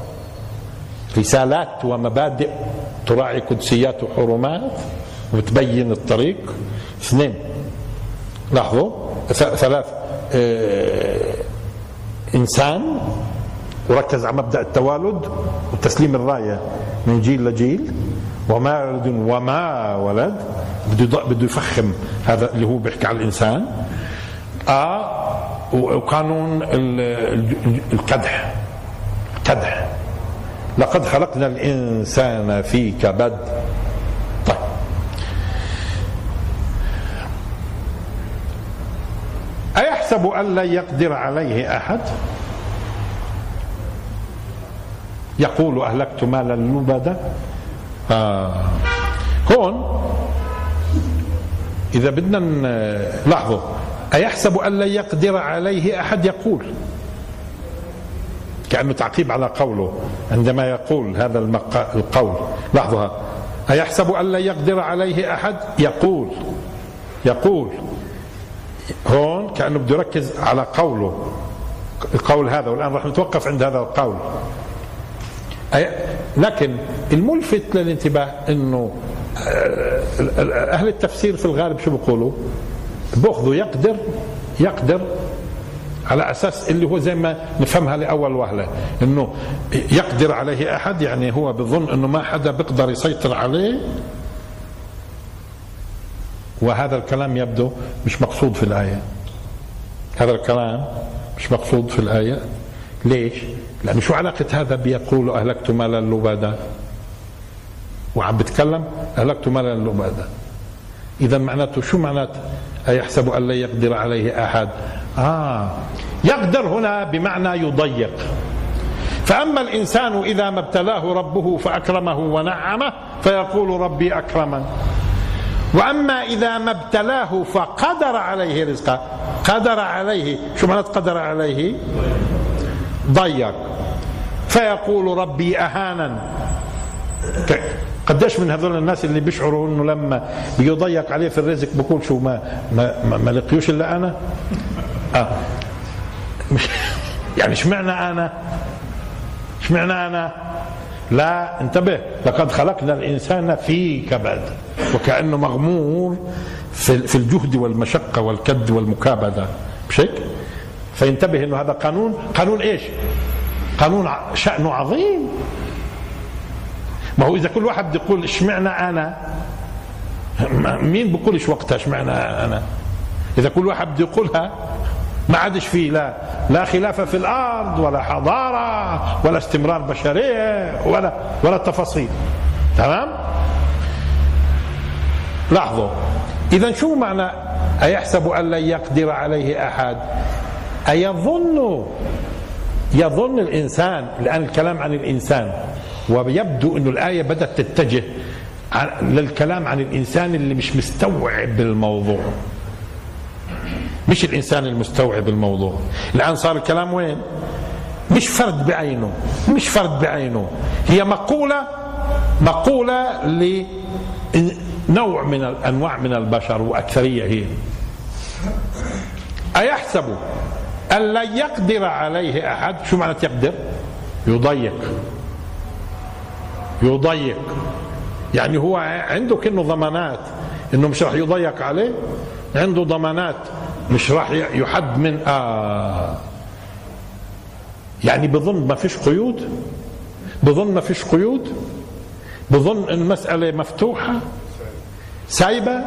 رسالات ومبادئ تراعي قدسيات وحرمات وتبين الطريق. اثنين، لاحظوا، ثلاث، اه إنسان، وركز على مبدأ التوالد وتسليم الراية من جيل لجيل، وما ولد وما ولد، بده بده يفخم هذا اللي هو بيحكي على الإنسان. آه وقانون القدح، قدح، لقد خلقنا الإنسان في كبد. طيب، أيحسب أن لن يقدر عليه أحد؟ يقول أهلكت مالا لبدا. آه. هون إذا بدنا نلاحظوا، أيحسب أن لن يقدر عليه أحد، يقول كأنه تعقيب على قوله عندما يقول هذا القول. لاحظها، أيحسب أن لا يقدر عليه أحد، يقول يقول هون كأنه بده يركز على قوله، القول هذا. والآن راح نتوقف عند هذا القول. لكن الملفت للانتباه انه اهل التفسير في الغالب شو بيقولوا؟ بأخذوا يقدر يقدر على أساس اللي هو زي ما نفهمها لأول وهلة، إنه يقدر عليه أحد، يعني هو بظن إنه ما حدا بيقدر يسيطر عليه. وهذا الكلام يبدو مش مقصود في الآية، هذا الكلام مش مقصود في الآية. ليش؟ لأنه شو علاقة هذا بيقول أهلكت مالا لبادا، وعم بتكلم أهلكت مالا لبادا. إذا معناته شو معناته أيحسب أن لا يقدر عليه أحد؟ آه يقدر هنا بمعنى يضيق. فأما الإنسان إذا ما ابتلاه ربه فأكرمه ونعمه فيقول ربي أكرمن، وأما إذا ما ابتلاه فقدر عليه رزقه. قدر عليه، شو معنى قدر عليه؟ ضيق. فيقول ربي أهانن. قديش من هذول الناس اللي بيشعروا انه لما بيضيق عليه في الرزق بقول شو ما ما, ما, ما لقيوش الا انا. اه يعني اشمعنى انا اشمعنى انا لا انتبه، لقد خلقنا الإنسان في كبد، وكأنه مغمور في الجهد والمشقة والكد والمكابدة، مش هيك؟ فينتبه انه هذا قانون، قانون ايش؟ قانون شأنه عظيم. ما هو اذا كل واحد بده يقول اشمعنى انا، مين بيقولش وقتها اشمعنى انا؟ اذا كل واحد بده يقولها ما عادش فيه لا لا خلافه في الارض ولا حضاره ولا استمرار بشريه ولا ولا تفاصيل. تمام؟ لاحظوا، اذا شو معنى ايحسب ان لن يقدر عليه احد؟ ايظن يظن الانسان، الان الكلام عن الانسان، ويبدو انه الايه بدات تتجه للكلام عن الانسان اللي مش مستوعب الموضوع، مش الانسان المستوعب الموضوع. الان صار الكلام وين؟ مش فرد بعينه، مش فرد بعينه، هي مقوله مقوله لنوع من الانواع من البشر واكثريه. هي ايحسب ان لن يقدر عليه احد. شو معنى يقدر؟ يضيق، يضيق يعني هو عنده كأنه ضمانات انه مش راح يضيق عليه، عنده ضمانات مش راح يحد من آه يعني بظن ما فيش قيود، بظن ما فيش قيود، بظن ان المسألة مفتوحة سايبة.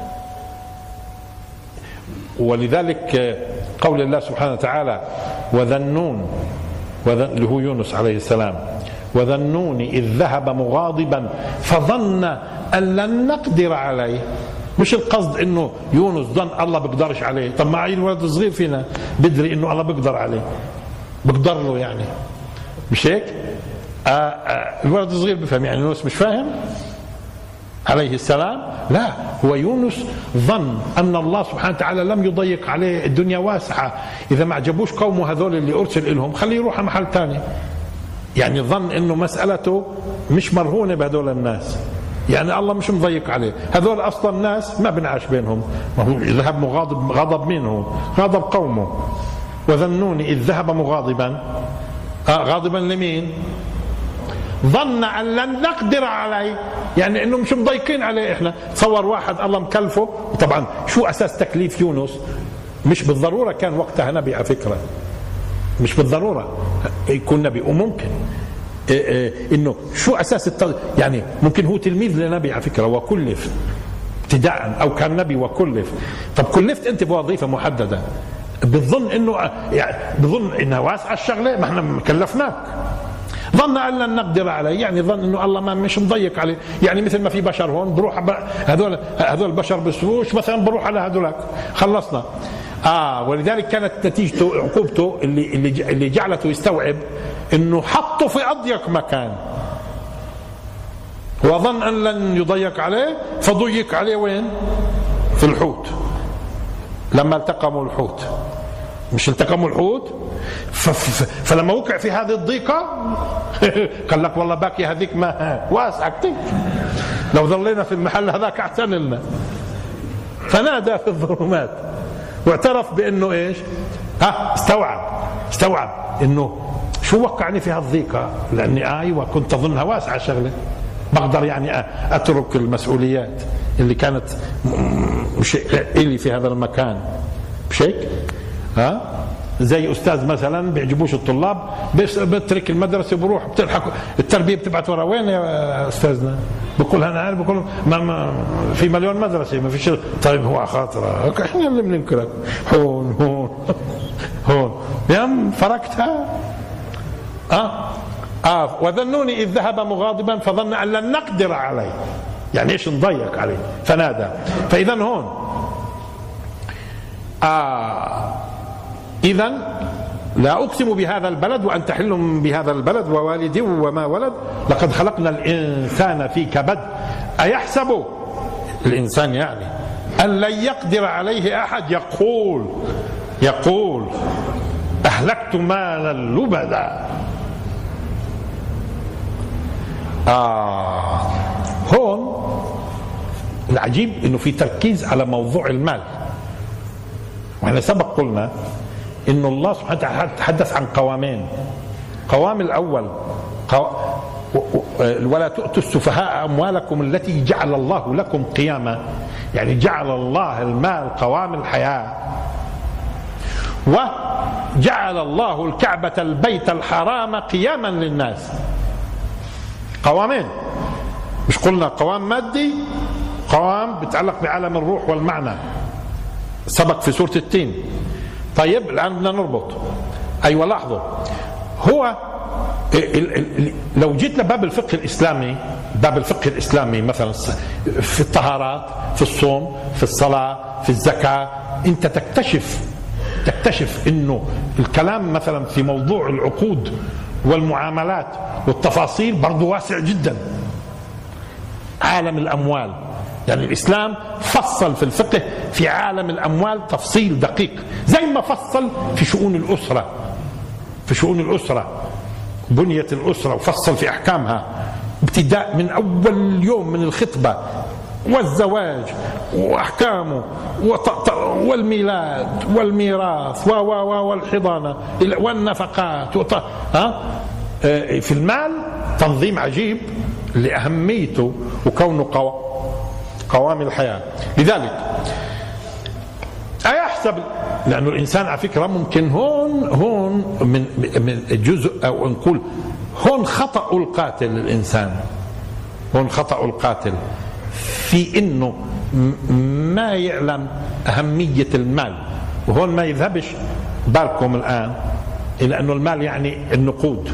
ولذلك قول الله سبحانه وتعالى وذنون، اللي هو يونس عليه السلام، وذنون إذ ذهب مغاضبا فظن أن لن نقدر عليه. مش القصد انه يونس ظن الله بيقدرش عليه، طب ما عين ولد صغير فينا بدري انه الله بيقدر عليه، بيقدر له يعني، مش هيك؟ آه آه الولد الصغير بفهم، يعني يونس مش فاهم عليه السلام؟ لا، هو يونس ظن أن الله سبحانه وتعالى لم يضيق عليه، الدنيا واسعة، إذا ما عجبوش قومه هذول اللي أرسل لهم خليه يروح محل تاني. يعني ظن أنه مسألته مش مرهونة بهذول الناس، يعني الله مش مضيق عليه، هذول أصلا الناس ما بنعاش بينهم، ما هو ذهب مغاضب، غضب منه، غضب قومه. وذنون إذ ذهب مغاضبا، آه غاضبا لمين؟ ظن أن لن نقدر عليه، يعني انه مش مضيقين عليه احنا. تصور واحد الله مكلفه، طبعا شو اساس تكليف يونس؟ مش بالضروره كان وقتها نبي على فكره، مش بالضروره يكون نبي، وممكن إيه إيه انه شو اساس التض... يعني ممكن هو تلميذ لنبي على فكره وكلف ابتداء، او كان نبي وكلف. طب كلفت انت بوظيفه محدده، بتظن انه يعني بظن انها واسعه الشغله، ما احنا كلفناك. ظن أن لن نقدر عليه، يعني ظن انه الله ما مش مضيق عليه، يعني مثل ما في بشر هون بروح هذول هذول البشر بسووش مثلا بروح على هذولك خلصنا. اه ولذلك كانت نتيجته عقوبته اللي اللي اللي جعلته يستوعب انه حطه في اضيق مكان، وظن ان لن يضيق عليه فضيق عليه وين؟ في الحوت. لما التقموا الحوت، مش التقموا الحوت فلما وقع في هذه الضيقة قال لك والله باقي هذيك ما واسعة كتير، لو ظلينا في المحل هذاك احسن لنا. فنادى في الظلمات واعترف بانه ايش؟ ها استوعب استوعب انه شو وقعني في هالضيقة، لاني ايوه كنت اظنها واسعة شغلة، بقدر يعني اترك المسؤوليات اللي كانت مش الي في هذا المكان، مش هيك؟ ها؟ زي استاذ مثلا بيعجبوش الطلاب بترك المدرسه وبروح بتلحق التربيه بتبعت ورا. وين يا استاذنا؟ بقول انا عارف، بقول ما, ما في مليون مدرسه ما فيش. طيب هو خاطره احنا اللي بننكرك، هون هون هون يا فرقتها. اه اه وذنوني اذ ذهب مغاضبا فظن ان لن نقدر عليه، يعني ايش نضيق عليه فنادى. فاذا هون آه إذا لا أقسم بهذا البلد وأنت حل بهذا البلد ووالد وما ولد لقد خلقنا الإنسان في كبد أيحسب الإنسان يعني أن لن يقدر عليه أحد، يقول يقول أهلكت مالا لبدا. آه هون العجيب إنه في تركيز على موضوع المال. وإحنا سبق قلنا إن الله سبحانه وتعالى تحدث عن قوامين. قوام الأول ولا تؤتوا السفهاء أموالكم التي جعل الله لكم قياما، يعني جعل الله المال قوام الحياة. وجعل الله الكعبة البيت الحرام قياما للناس. قوامين، مش قلنا قوام مادي، قوام بيتعلق بعالم الروح والمعنى، سبق في سورة التين. طيب الآن بدنا نربط. أيوة لاحظوا، هو لو جيت لباب الفقه الإسلامي، باب الفقه الإسلامي مثلا في الطهارات، في الصوم، في الصلاة، في الزكاة، أنت تكتشف تكتشف إنه الكلام مثلا في موضوع العقود والمعاملات والتفاصيل برضه واسع جدا. عالم الأموال، يعني الإسلام فصل في الفقه في عالم الأموال تفصيل دقيق، زي ما فصل في شؤون الأسرة، في شؤون الأسرة بنية الأسرة وفصل في أحكامها ابتداء من أول يوم من الخطبة والزواج وأحكامه والميلاد والميراث والحضانة والنفقات. ها في المال تنظيم عجيب لأهميته وكونه قوام الحياة. لذلك أيحسب، لأنه الإنسان على فكرة ممكن هون هون من من جزء أو نقول هون خطأ القاتل الإنسان، هون خطأ القاتل في إنه ما يعلم أهمية المال. وهون ما يذهبش بالكم الآن إلى أنه المال يعني النقود.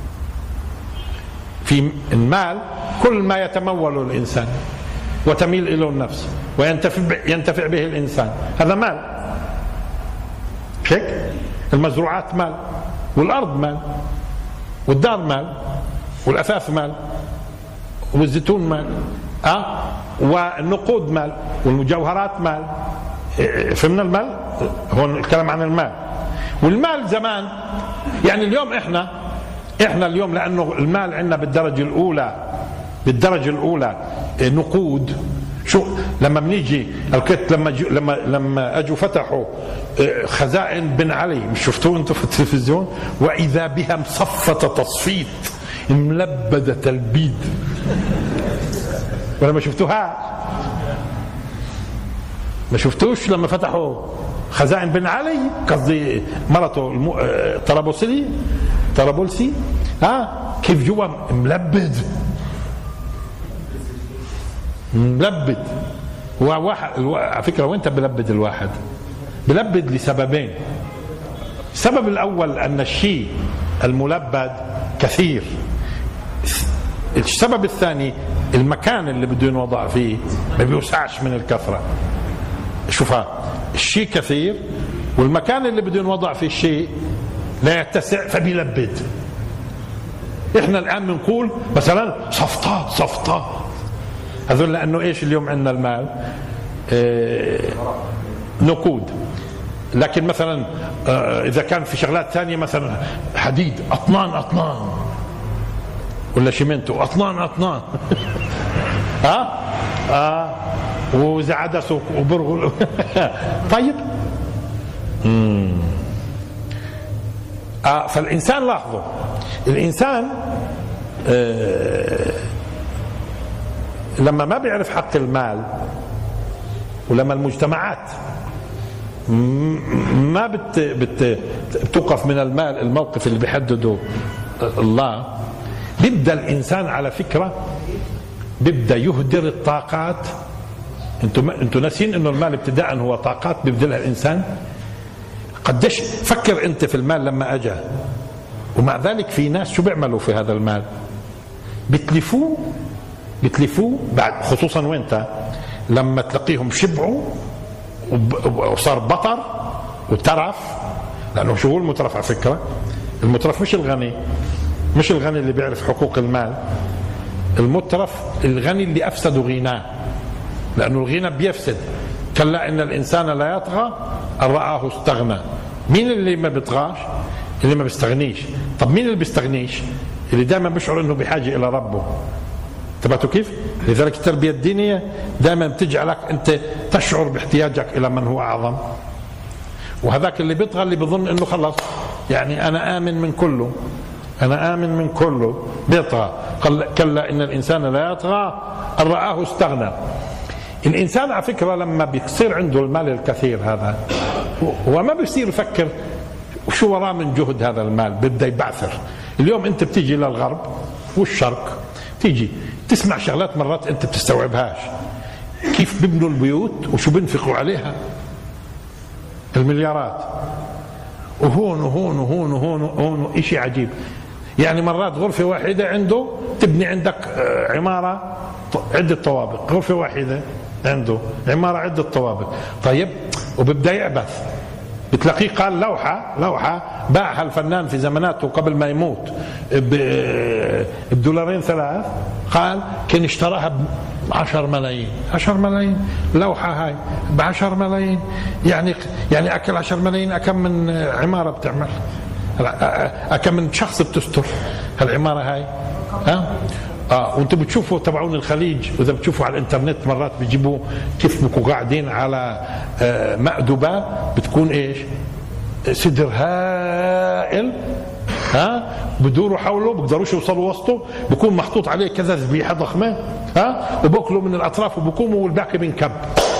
في المال كل ما يتمول الإنسان وتميل إليه النفس وينتفع ينتفع به الإنسان، هذا مال. هيك المزروعات مال، والأرض مال، والدار مال، والأثاث مال، والزيتون مال، أه؟ والنقود مال، والمجوهرات مال. فمن المال هون الكلام عن المال. والمال زمان، يعني اليوم احنا احنا اليوم لأنه المال عندنا بالدرجة الأولى، بالدرجة الأولى نقود. شو لما بنيجي الكت لما لما لما اجوا فتحوا خزائن بن علي، مش شفتوه انتم في التلفزيون؟ واذا بها مصفة تصفيت ملبدة تلبيد، ولا ما شفتوها؟ ما شفتوش لما فتحوا خزائن بن علي، قصدي مرته الم... طرابلسي طرابلسي ها كيف جوا ملبد ملبد. هو واحد على فكرة، وانت بلبد الواحد بلبد لسببين. السبب الأول أن الشيء الملبد كثير. السبب الثاني المكان اللي بده ينوضع فيه ما بيوسعش من الكثرة. شوفها، الشيء كثير والمكان اللي بده ينوضع فيه الشيء لا يتسع فبيلبد. احنا الآن بنقول مثلا صفطات صفطات، هذول لأنه إيش اليوم عندنا المال إيه نقود. لكن مثلا إذا كان في شغلات ثانية مثلا حديد أطنان أطنان، ولا شيمنتو أطنان أطنان ها آه وإذا عدسوا وبرغل طيب مم. آه فالإنسان لاحظوا، الإنسان آه لما ما بيعرف حق المال، ولما المجتمعات ما بت بت بتوقف من المال الموقف اللي بيحدده الله، بيبدا الانسان على فكره بيبدا يهدر الطاقات. انتم انتم ناسين انه المال ابتداء هو طاقات بيبذلها الانسان. قديش فكر انت في المال لما اجى، ومع ذلك في ناس شو بيعملوا في هذا المال؟ بتلفوه بتلفوه بعد، خصوصا وانت لما تلاقيهم شبعوا وصار بطر وترف. لانه شو هو المترف على فكره؟ المترف مش الغني، مش الغني اللي بيعرف حقوق المال. المترف الغني اللي افسد غناه، لانه الغنى بيفسد. كلا ان الانسان لا يطغى ان رآه استغنى. مين اللي ما بيطغاش؟ اللي ما بيستغنيش. طب مين اللي بيستغنيش؟ اللي دائما بيشعر انه بحاجه الى ربه. تبعتوا كيف؟ لذلك التربيه الدينيه دائما بتجعلك انت تشعر باحتياجك الى من هو اعظم. وهذاك اللي بيطغى اللي بيظن انه خلص، يعني انا امن من كله، انا امن من كله، بيطغى. كلا إن الإنسان لا يطغى أن رآه استغنى. الإنسان على فكرة لما بيصير عنده المال الكثير هذا هو ما بيصير يفكر شو وراه من جهد هذا المال، بده يبعثر. اليوم أنت بتيجي للغرب والشرق تيجي تسمع شغلات مرات أنت بتستوعبهاش، كيف بيبنوا البيوت وشو بينفقوا عليها المليارات، وهون وهون وهون وهون وهون إشي عجيب. يعني مرات غرفة واحدة عنده تبني عندك عمارة عدة طوابق، غرفة واحدة عنده عمارة عدة طوابق. طيب وببدأ يعبث، بتلاقيه قال لوحة لوحة باعها الفنان في زماناته قبل ما يموت بدولارين ثلاث، قال كان اشتراها بعشر ملايين. عشر ملايين لوحة هاي بعشر ملايين، يعني يعني أكل عشر ملايين أكم من عمارة بتعمل، أكم من شخص بتستر هالعمارة هاي. ها اه وانتم بتشوفوا تبعون الخليج، واذا بتشوفوا على الانترنت مرات بيجيبوا كيف بكونوا قاعدين على آه مأدبة بتكون ايش؟ سدر هائل، ها بدوروا حوله بيقدروش يوصلوا وسطه، بكون محطوط عليه كذا ذبيحه ضخمه، ها وباكلوا من الاطراف وبقوموا والباقي بينكب.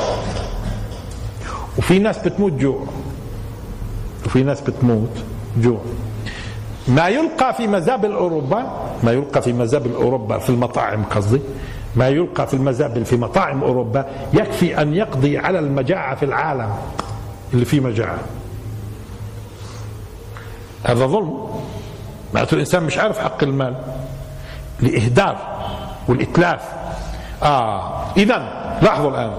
وفي ناس بتموت جوع، وفي ناس بتموت جوع. ما يلقى في مزابل أوروبا، ما يلقى في مزابل أوروبا في المطاعم قصدي، ما يلقى في المزابل في مطاعم أوروبا يكفي أن يقضي على المجاعة في العالم اللي فيه مجاعة. هذا ظلم، معناته الإنسان مش عارف حق المال لإهدار والإتلاف. آه إذن لاحظوا الآن،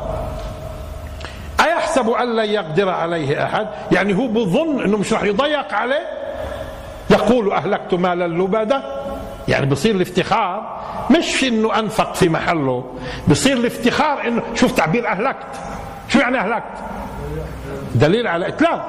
أيحسب أن لن يقدر عليه أحد؟ يعني هو بظن أنه مش راح يضيق عليه. يقول أهلكت مالا لبدا، يعني بصير الافتخار مش انه انفق في محله، بصير الافتخار انه شوف تعبير اهلكت، شو يعني اهلكت؟ دليل على اتلاف.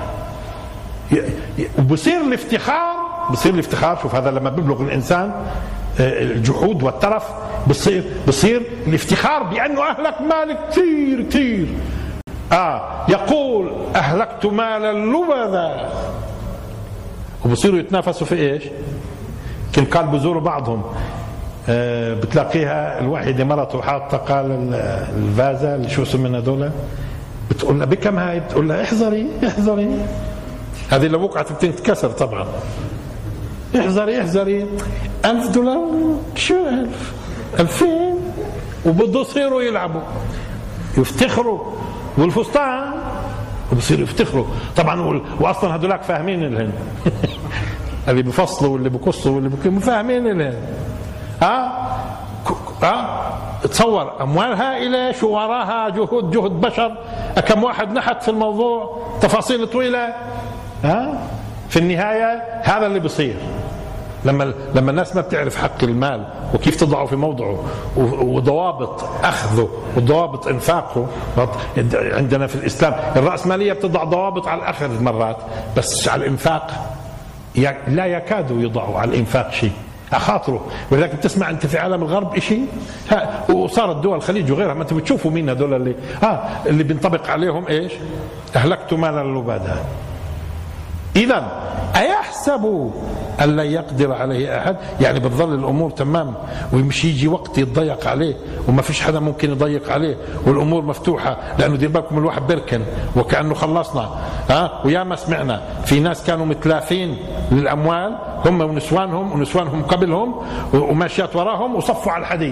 وبصير الافتخار، بصير الافتخار شوف هذا لما بيبلغ الانسان الجحود والترف، بصير بصير الافتخار بانه اهلك مال كثير كثير. اه يقول اهلكت مالا لبدا، وبصيروا يتنافسوا في ايش؟ كل قال بزوروا بعضهم. آه بتلاقيها الواحده مرته حاطه قال الفازه اللي شو اسمها هذول، بتقول لها بكم هاي؟ بتقول لها احذري احذري، هذه لو وقعت بتنكسر طبعا. احذري احذري، ألف دولار، شو ألف؟ ألفين، وبده يصيروا يلعبوا يفتخروا، والفستان وبصيروا يفتخروا طبعا. واصلا هذولاك فاهمين الهن اللي بفصلوا واللي بقصوا واللي بكلموا فاهمين الهن. ها ها تصور اموال هائله شو وراها جهود جهد بشر، كم واحد نحت في الموضوع، تفاصيل طويله. ها في النهايه هذا اللي بصير لما لما الناس ما بتعرف حق المال وكيف تضعه في موضعه وضوابط اخذه وضوابط انفاقه. عندنا في الاسلام الراسماليه بتضع ضوابط على الاخذ مرات، بس على الانفاق لا يكادوا يضعوا على الانفاق شيء اخاطره. ولذلك بتسمع انت في عالم الغرب شيء، وصارت دول الخليج وغيرها ما انت بتشوفوا مين هذول اللي ها اللي بينطبق عليهم ايش؟ اهلكت مالا لبدا. إذن أيحسب أن لا يقدر عليه أحد؟ يعني بتظل الأمور تمام ومش يجي وقت يتضيق عليه وما فيش حدا ممكن يضيق عليه والأمور مفتوحة، لأنه دير بالكم الواحد بيركن وكأنه خلصنا. ها ويا ما سمعنا في ناس كانوا متلافين للأموال هم ونسوانهم ونسوانهم قبلهم وماشيات وراهم وصفوا على الحديد.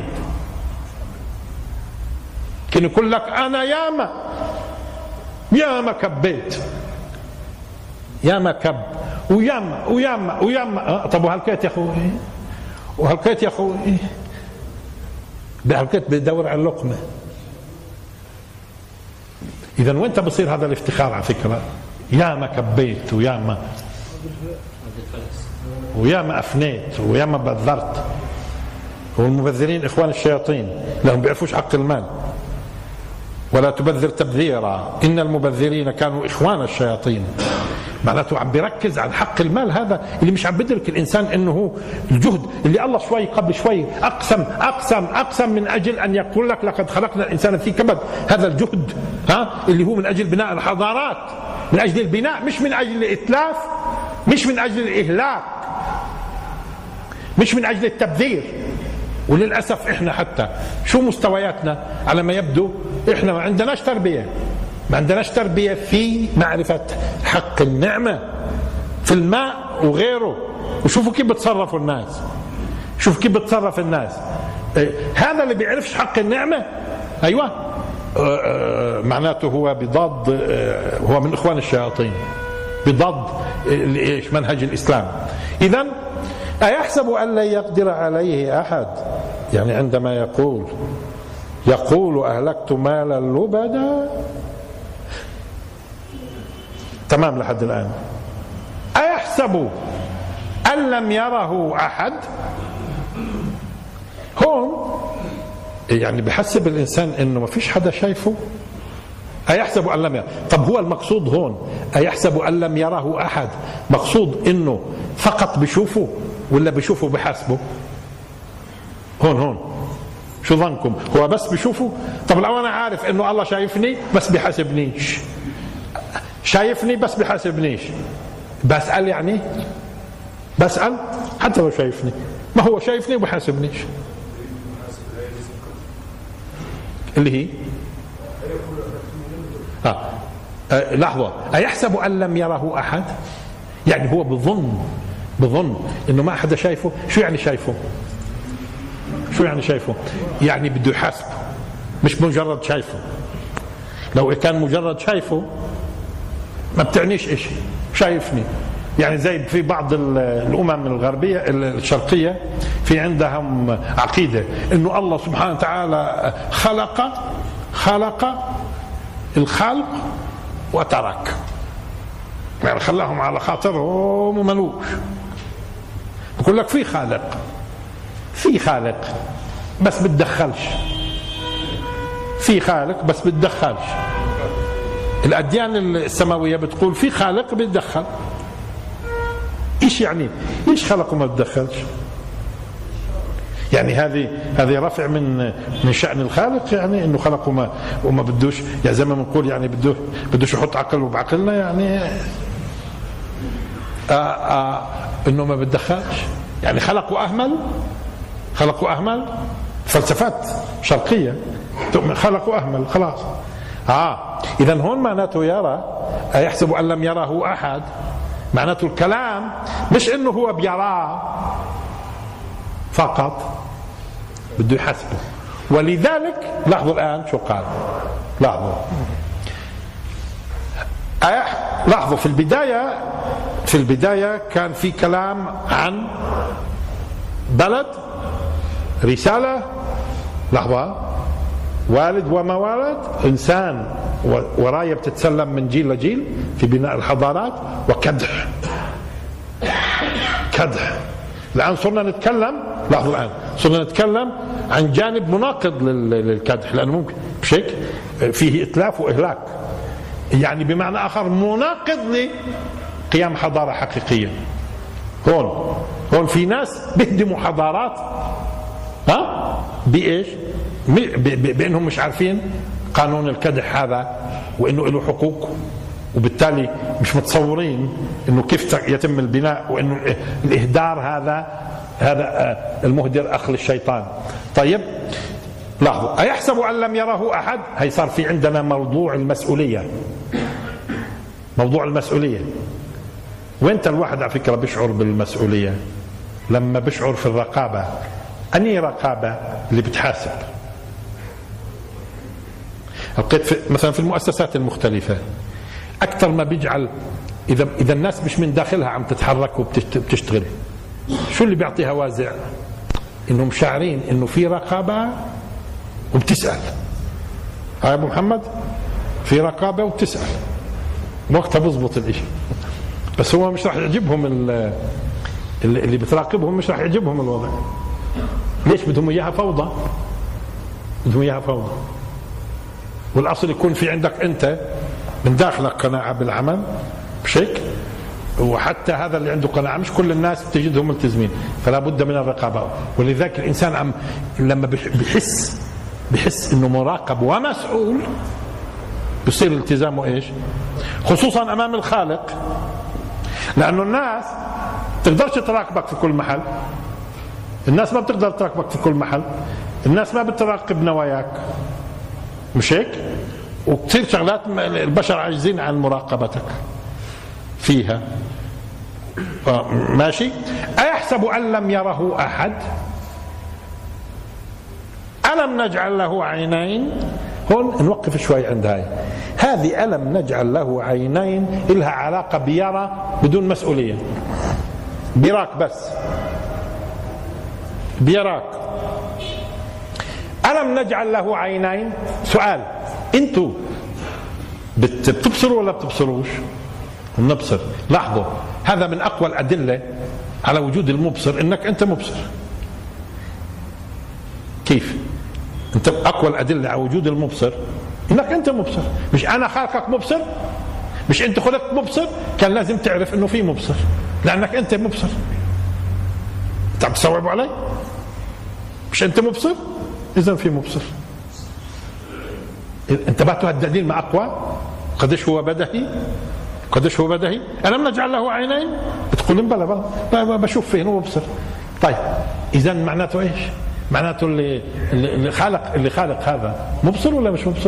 كان يقول لك أنا ياما ياما كبيت، ياما كب وياما وياما وياما. طب وهالكيت يا اخوي؟ وهالكيت يا اخوي؟ بهالكيت بدور على اللقمه. اذا وانت بصير هذا الافتخار على فكره؟ ياما كبيت وياما وياما افنيت وياما بذرت. والمبذرين اخوان الشياطين لهم بيعرفوش حق المال. ولا تبذر تبذيرا ان المبذرين كانوا اخوان الشياطين. معناته عم بيركز على حق المال هذا اللي مش عم بدرك الانسان انه هو الجهد اللي الله شوي قبل شوي اقسم اقسم اقسم من اجل ان يقول لك لقد خلقنا الانسان في كبد. هذا الجهد ها اللي هو من اجل بناء الحضارات، من اجل البناء مش من اجل الاتلاف، مش من اجل الاهلاك. مش من أجل التبذير. وللأسف إحنا حتى شو مستوياتنا على ما يبدو، إحنا ما عندناش تربية، ما عندناش تربية في معرفة حق النعمة في الماء وغيره. وشوفوا كيف بتصرفوا الناس، شوف كيف بتصرف الناس. هذا اللي بيعرفش حق النعمة أيوة معناته هو بضاد، هو من إخوان الشياطين، بضاد إيش منهج الإسلام. إذن أيحسب أن لن يقدر عليه أحد، يعني عندما يقول يقول أهلكت مالا لبدا، تمام لحد الآن. أيحسب أن لم يره أحد، هون يعني بحسب الإنسان إنه ما فيش حدا شايفه. أيحسب أن لم يره، طب هو المقصود هون أيحسب أن لم يره أحد، مقصود إنه فقط بشوفه ولا بشوفه بحسبه؟ هون هون شو ظنكم؟ هو بس بشوفه؟ طب لو أنا عارف إنه الله شايفني بس بحاسبنيش، شايفني بس بحاسبنيش، بسأل يعني بسأل حتى لو شايفني، ما هو شايفني وبحاسبنيش. اللي هي آه. آه. لحظة، أيحسب أن لم يره أحد، يعني هو بظن بظن إنه ما أحد شايفه. شو يعني شايفه؟ شو يعني شايفه؟ يعني بده يحاسبه، مش مجرد شايفه. لو كان مجرد شايفه ما بتعنيش إشي، شايفني. يعني زي في بعض الأمم الغربية الشرقية في عندهم عقيدة إنه الله سبحانه وتعالى خلق خلق الخلق وترك، يعني خلاهم على خاطرهم وملوش. بقول لك في خالق، في خالق بس بتدخلش، في خالق بس بتدخلش. الأديان السماوية بتقول في خالق بتدخل. إيش يعني؟ إيش خلق وما بتدخلش؟ يعني هذه هذه رفع من من شأن الخالق، يعني إنه خلق وما وما بدوش، يعني زي ما بنقول يعني بده بدوش يحط عقله بعقلنا، يعني آآ آآ إنه ما بتدخلش، يعني خلق وأهمل، خلق وأهمل. فلسفات شرقية خلق وأهمل خلاص. آه إذا هون معناته يرى، أيحسب أن لم يره أحد، معناته الكلام مش إنه هو بيراه فقط، بده يحسبه. ولذلك لاحظوا الآن شو قال، لاحظوا لاحظوا في البداية في البداية كان في كلام عن بلد، رسالة، لحظة، والد وما والد، إنسان وراية بتتسلم من جيل لجيل في بناء الحضارات، وكدح كدح. الآن صرنا نتكلم، لاحظوا الآن صرنا نتكلم عن جانب مناقض للكدح، لأنه ممكن بشكل فيه إتلاف وإهلاك، يعني بمعنى آخر مناقض لقيام حضارة حقيقية. هون هون في ناس بيهدموا حضارات، ها بإيش؟ بأنهم مش عارفين قانون الكدح هذا وإنه له حقوق، وبالتالي مش متصورين إنه كيف يتم البناء، وإنه الإهدار هذا هذا المهدر أخ للشيطان. طيب لاحظوا، أيحسب أن لم يره أحد، هي صار في عندنا موضوع المسؤولية. موضوع المسؤولية، وانت الواحد على فكرة بيشعر بالمسؤولية لما بيشعر في الرقابة. أنهي رقابة؟ اللي بتحاسب. لقيت مثلا في المؤسسات المختلفة أكثر ما بيجعل إذا إذا الناس مش من داخلها عم تتحرك وبتشتغل، شو اللي بيعطيها وازع؟ إنهم شاعرين إنه في رقابة وبتسأل. ها أبو محمد، في رقابة وبتسأل، وقتها بزبط الإشي. بس هو مش راح يعجبهم اللي بتراقبهم، مش راح يعجبهم الوضع. ليش؟ بدهم إياها فوضى، بدهم إياها فوضى. والأصل يكون في عندك أنت من داخلك قناعة بالعمل بشكل، وحتى هذا اللي عنده قناعة مش كل الناس بتجدهم ملتزمين، فلا بد من الرقابة. ولذلك الإنسان عم لما بيحس بيحس إنه مراقب ومسؤول بصير التزامه إيش؟ خصوصا أمام الخالق، لأنه الناس تقدرش تراقبك في كل محل. الناس ما بتقدر تراقبك في كل محل، الناس ما بتراقب نواياك، مش هيك؟ وكثير شغلات البشر عاجزين عن مراقبتك فيها. ماشي. أيحسب أن لم يره أحد؟ ألم نجعل له عينين؟ هون نوقف شوي عند هاي. هذه ألم نجعل له عينين إلها علاقة بيرى بدون مسؤولية، بيراك بس، بيراك. ألم نجعل له عينين؟ سؤال، انتوا بتبصروا ولا بتبصروش؟ بنبصر. لاحظوا، هذا من أقوى الأدلة على وجود المبصر، إنك أنت مبصر. كيف؟ أنت أقوى الأدلة على وجود المبصر إنك أنت مبصر. مش أنا خالقك مبصر؟ مش أنت خلقت مبصر؟ كان لازم تعرف إنه في مبصر لأنك أنت مبصر. أنت عم تستوعبوا علي؟ مش أنت مبصر؟ إذا في مبصر. انتبهتوا هالدليل ما أقوى؟ قديش هو بدهي؟ قديش هو بدهي؟ ألم نجعل له عينين؟ بتقولين بلا بلا بشوف فيه هو مبصر. طيب إذا معناته إيش؟ معناته اللي اللي خالق اللي خالق هذا مبصر ولا مش مبصر؟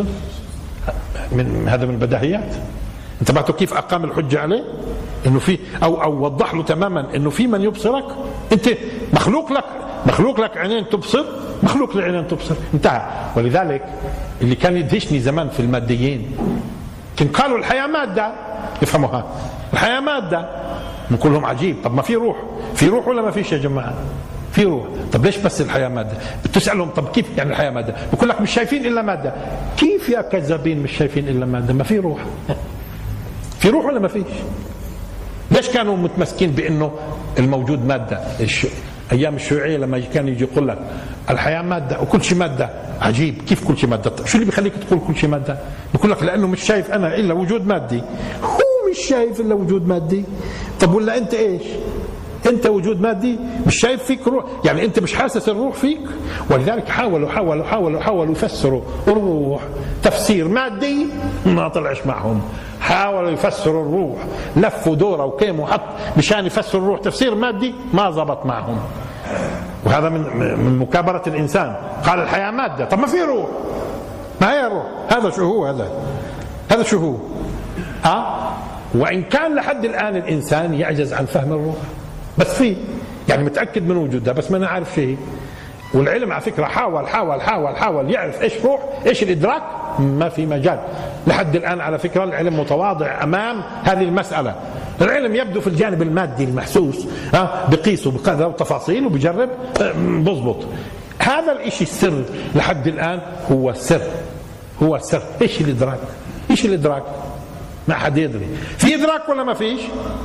من هذا من البديهيات. انتبهتوا كيف أقام الحجة عليه؟ إنه في أو أو وضح له تماما إنه في من يبصرك. أنت مخلوق لك مخلوق لك عينين تبصر، مخلوق لعينين تبصر، انتهى. ولذلك اللي كان يدهشني زمان في الماديين كان قالوا الحياة مادة، يفهموها الحياة مادة، نقول لهم عجيب، طب ما في روح، في روح ولا ما فيش يا جماعة؟ في روح. طب ليش بس الحياة مادة؟ بتسألهم طب كيف يعني الحياة مادة؟ بقول لك مش شايفين إلا مادة. كيف يا كذابين مش شايفين إلا مادة؟ ما في روح. في روح ولا ما فيش؟ ليش كانوا متمسكين بأنه الموجود مادة؟ أيام الشيوعية لما كان يجي يقول لك الحياة مادة وكل شيء مادة. عجيب، كيف كل شيء مادة؟ شو اللي بيخليك تقول كل شيء مادة؟ بقول لك لأنه مش شايف أنا إلا وجود مادي. هو مش شايف إلا وجود مادي. طب ولا أنت إيش؟ أنت وجود مادي، مش شايف فيك روح، يعني أنت مش حاسس الروح فيك. ولذلك حاولوا حاولوا حاولوا حاولوا يفسروا الروح تفسير مادي، ما طلعش معهم. حاولوا يفسروا الروح، لفوا دوره وكيموا وحط مشان يفسروا الروح تفسير مادي، ما زبط معهم. وهذا من من مكابرة الإنسان. قال الحياة مادة، طب ما في روح، ما هي الروح؟ هذا شو هو؟ هذا هذا شو هو؟ أه؟ وإن كان لحد الآن الإنسان يعجز عن فهم الروح، بس فيه، يعني متأكد من وجودها بس ما نعرف شيء. والعلم على فكرة حاول حاول حاول حاول يعرف ايش روح، ايش الإدراك، ما في مجال لحد الآن. على فكرة العلم متواضع أمام هذه المسألة. العلم يبدو في الجانب المادي المحسوس، ها بقيسه بكذا وتفاصيل وبجرب بضبط. هذا الإشي السر لحد الآن هو السر، هو السر. ايش الإدراك؟ ايش الإدراك؟ ما حد يدري. في إدراك ولا ما فيش؟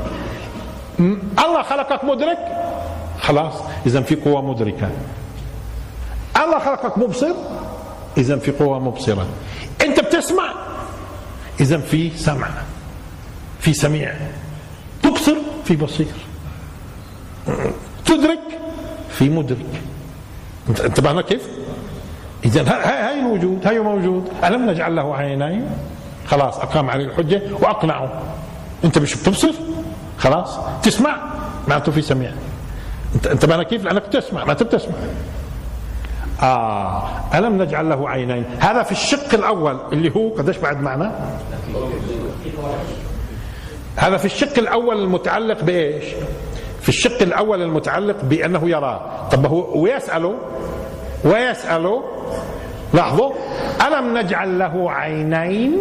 الله خلقك مدرك، خلاص إذا في قوة مدركة. الله خلقك مبصر، إذا في قوة مبصرة. أنت بتسمع، إذا في سمع، في سميع. تبصر، في بصير. تدرك، في مدرك. انتبهنا كيف؟ إذا هاي الوجود، هاي موجود. ألم نجعل له عينين؟ خلاص أقام عليه الحجة وأقنعه. أنت مش بتبصر؟ خلاص. تسمع، معناته في سميع. انتبهنا كيف؟ لأنك تسمع، ما تبتسمع. آه ألم نجعل له عينين؟ هذا في الشق الأول اللي هو قديش بعد معنا؟ هذا في الشق الأول المتعلق بإيش؟ في الشق الأول المتعلق بأنه يرى. طب هو ويسأله ويسأله لاحظوا، ألم نجعل له عينين؟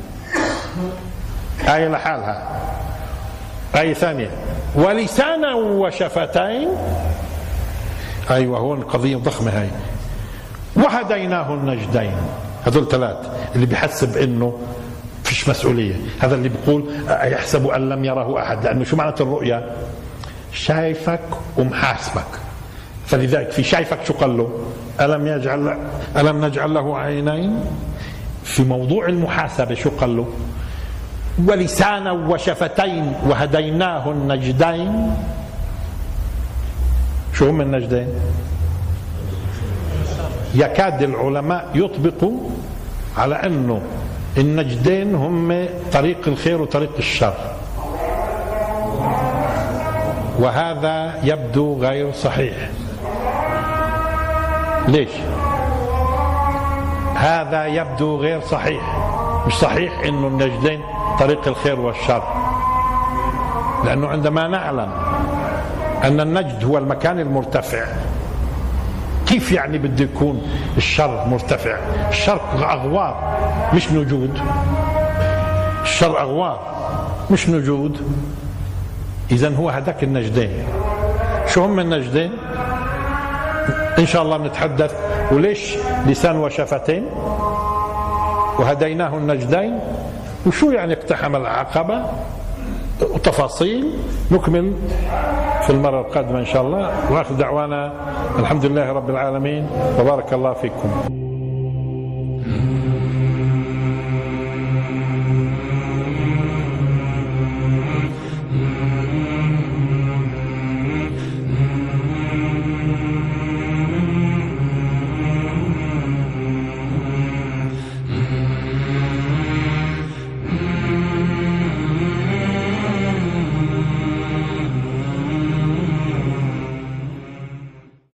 آية لحالها. آية ثانية، ولسانا وشفتين. أيوة، هون قضية ضخمة هاي. وهديناه النجدين. هذول ثلاث اللي بيحسب انه فيش مسؤولية. هذا اللي بيقول يحسب ان لم يره احد، لانه شو معنى الرؤيا؟ شايفك ومحاسبك. فلذلك في شايفك شو قال له؟ ألم يجعل ألم نجعل له عينين؟ في موضوع المحاسبة شو قال له؟ ولسانا وشفتين وهديناه النجدين. شو هم النجدين؟ يكاد العلماء يطبقوا على أنه النجدين هم طريق الخير وطريق الشر، وهذا يبدو غير صحيح. ليش؟ هذا يبدو غير صحيح. مش صحيح انه النجدين طريق الخير والشر، لانه عندما نعلم ان النجد هو المكان المرتفع، كيف يعني بده يكون الشر مرتفع؟ الشر اغوار مش نجود، الشر اغوار مش نجود. اذا هو هداك النجدين. شو هم النجدين؟ ان شاء الله بنتحدث. وليش لسان وشفتين؟ وهديناه النجدين، وشو يعني اقتحم العقبة، وتفاصيل نكمل في المرة القادمة إن شاء الله. وآخر دعوانا الحمد لله رب العالمين، وبارك الله فيكم.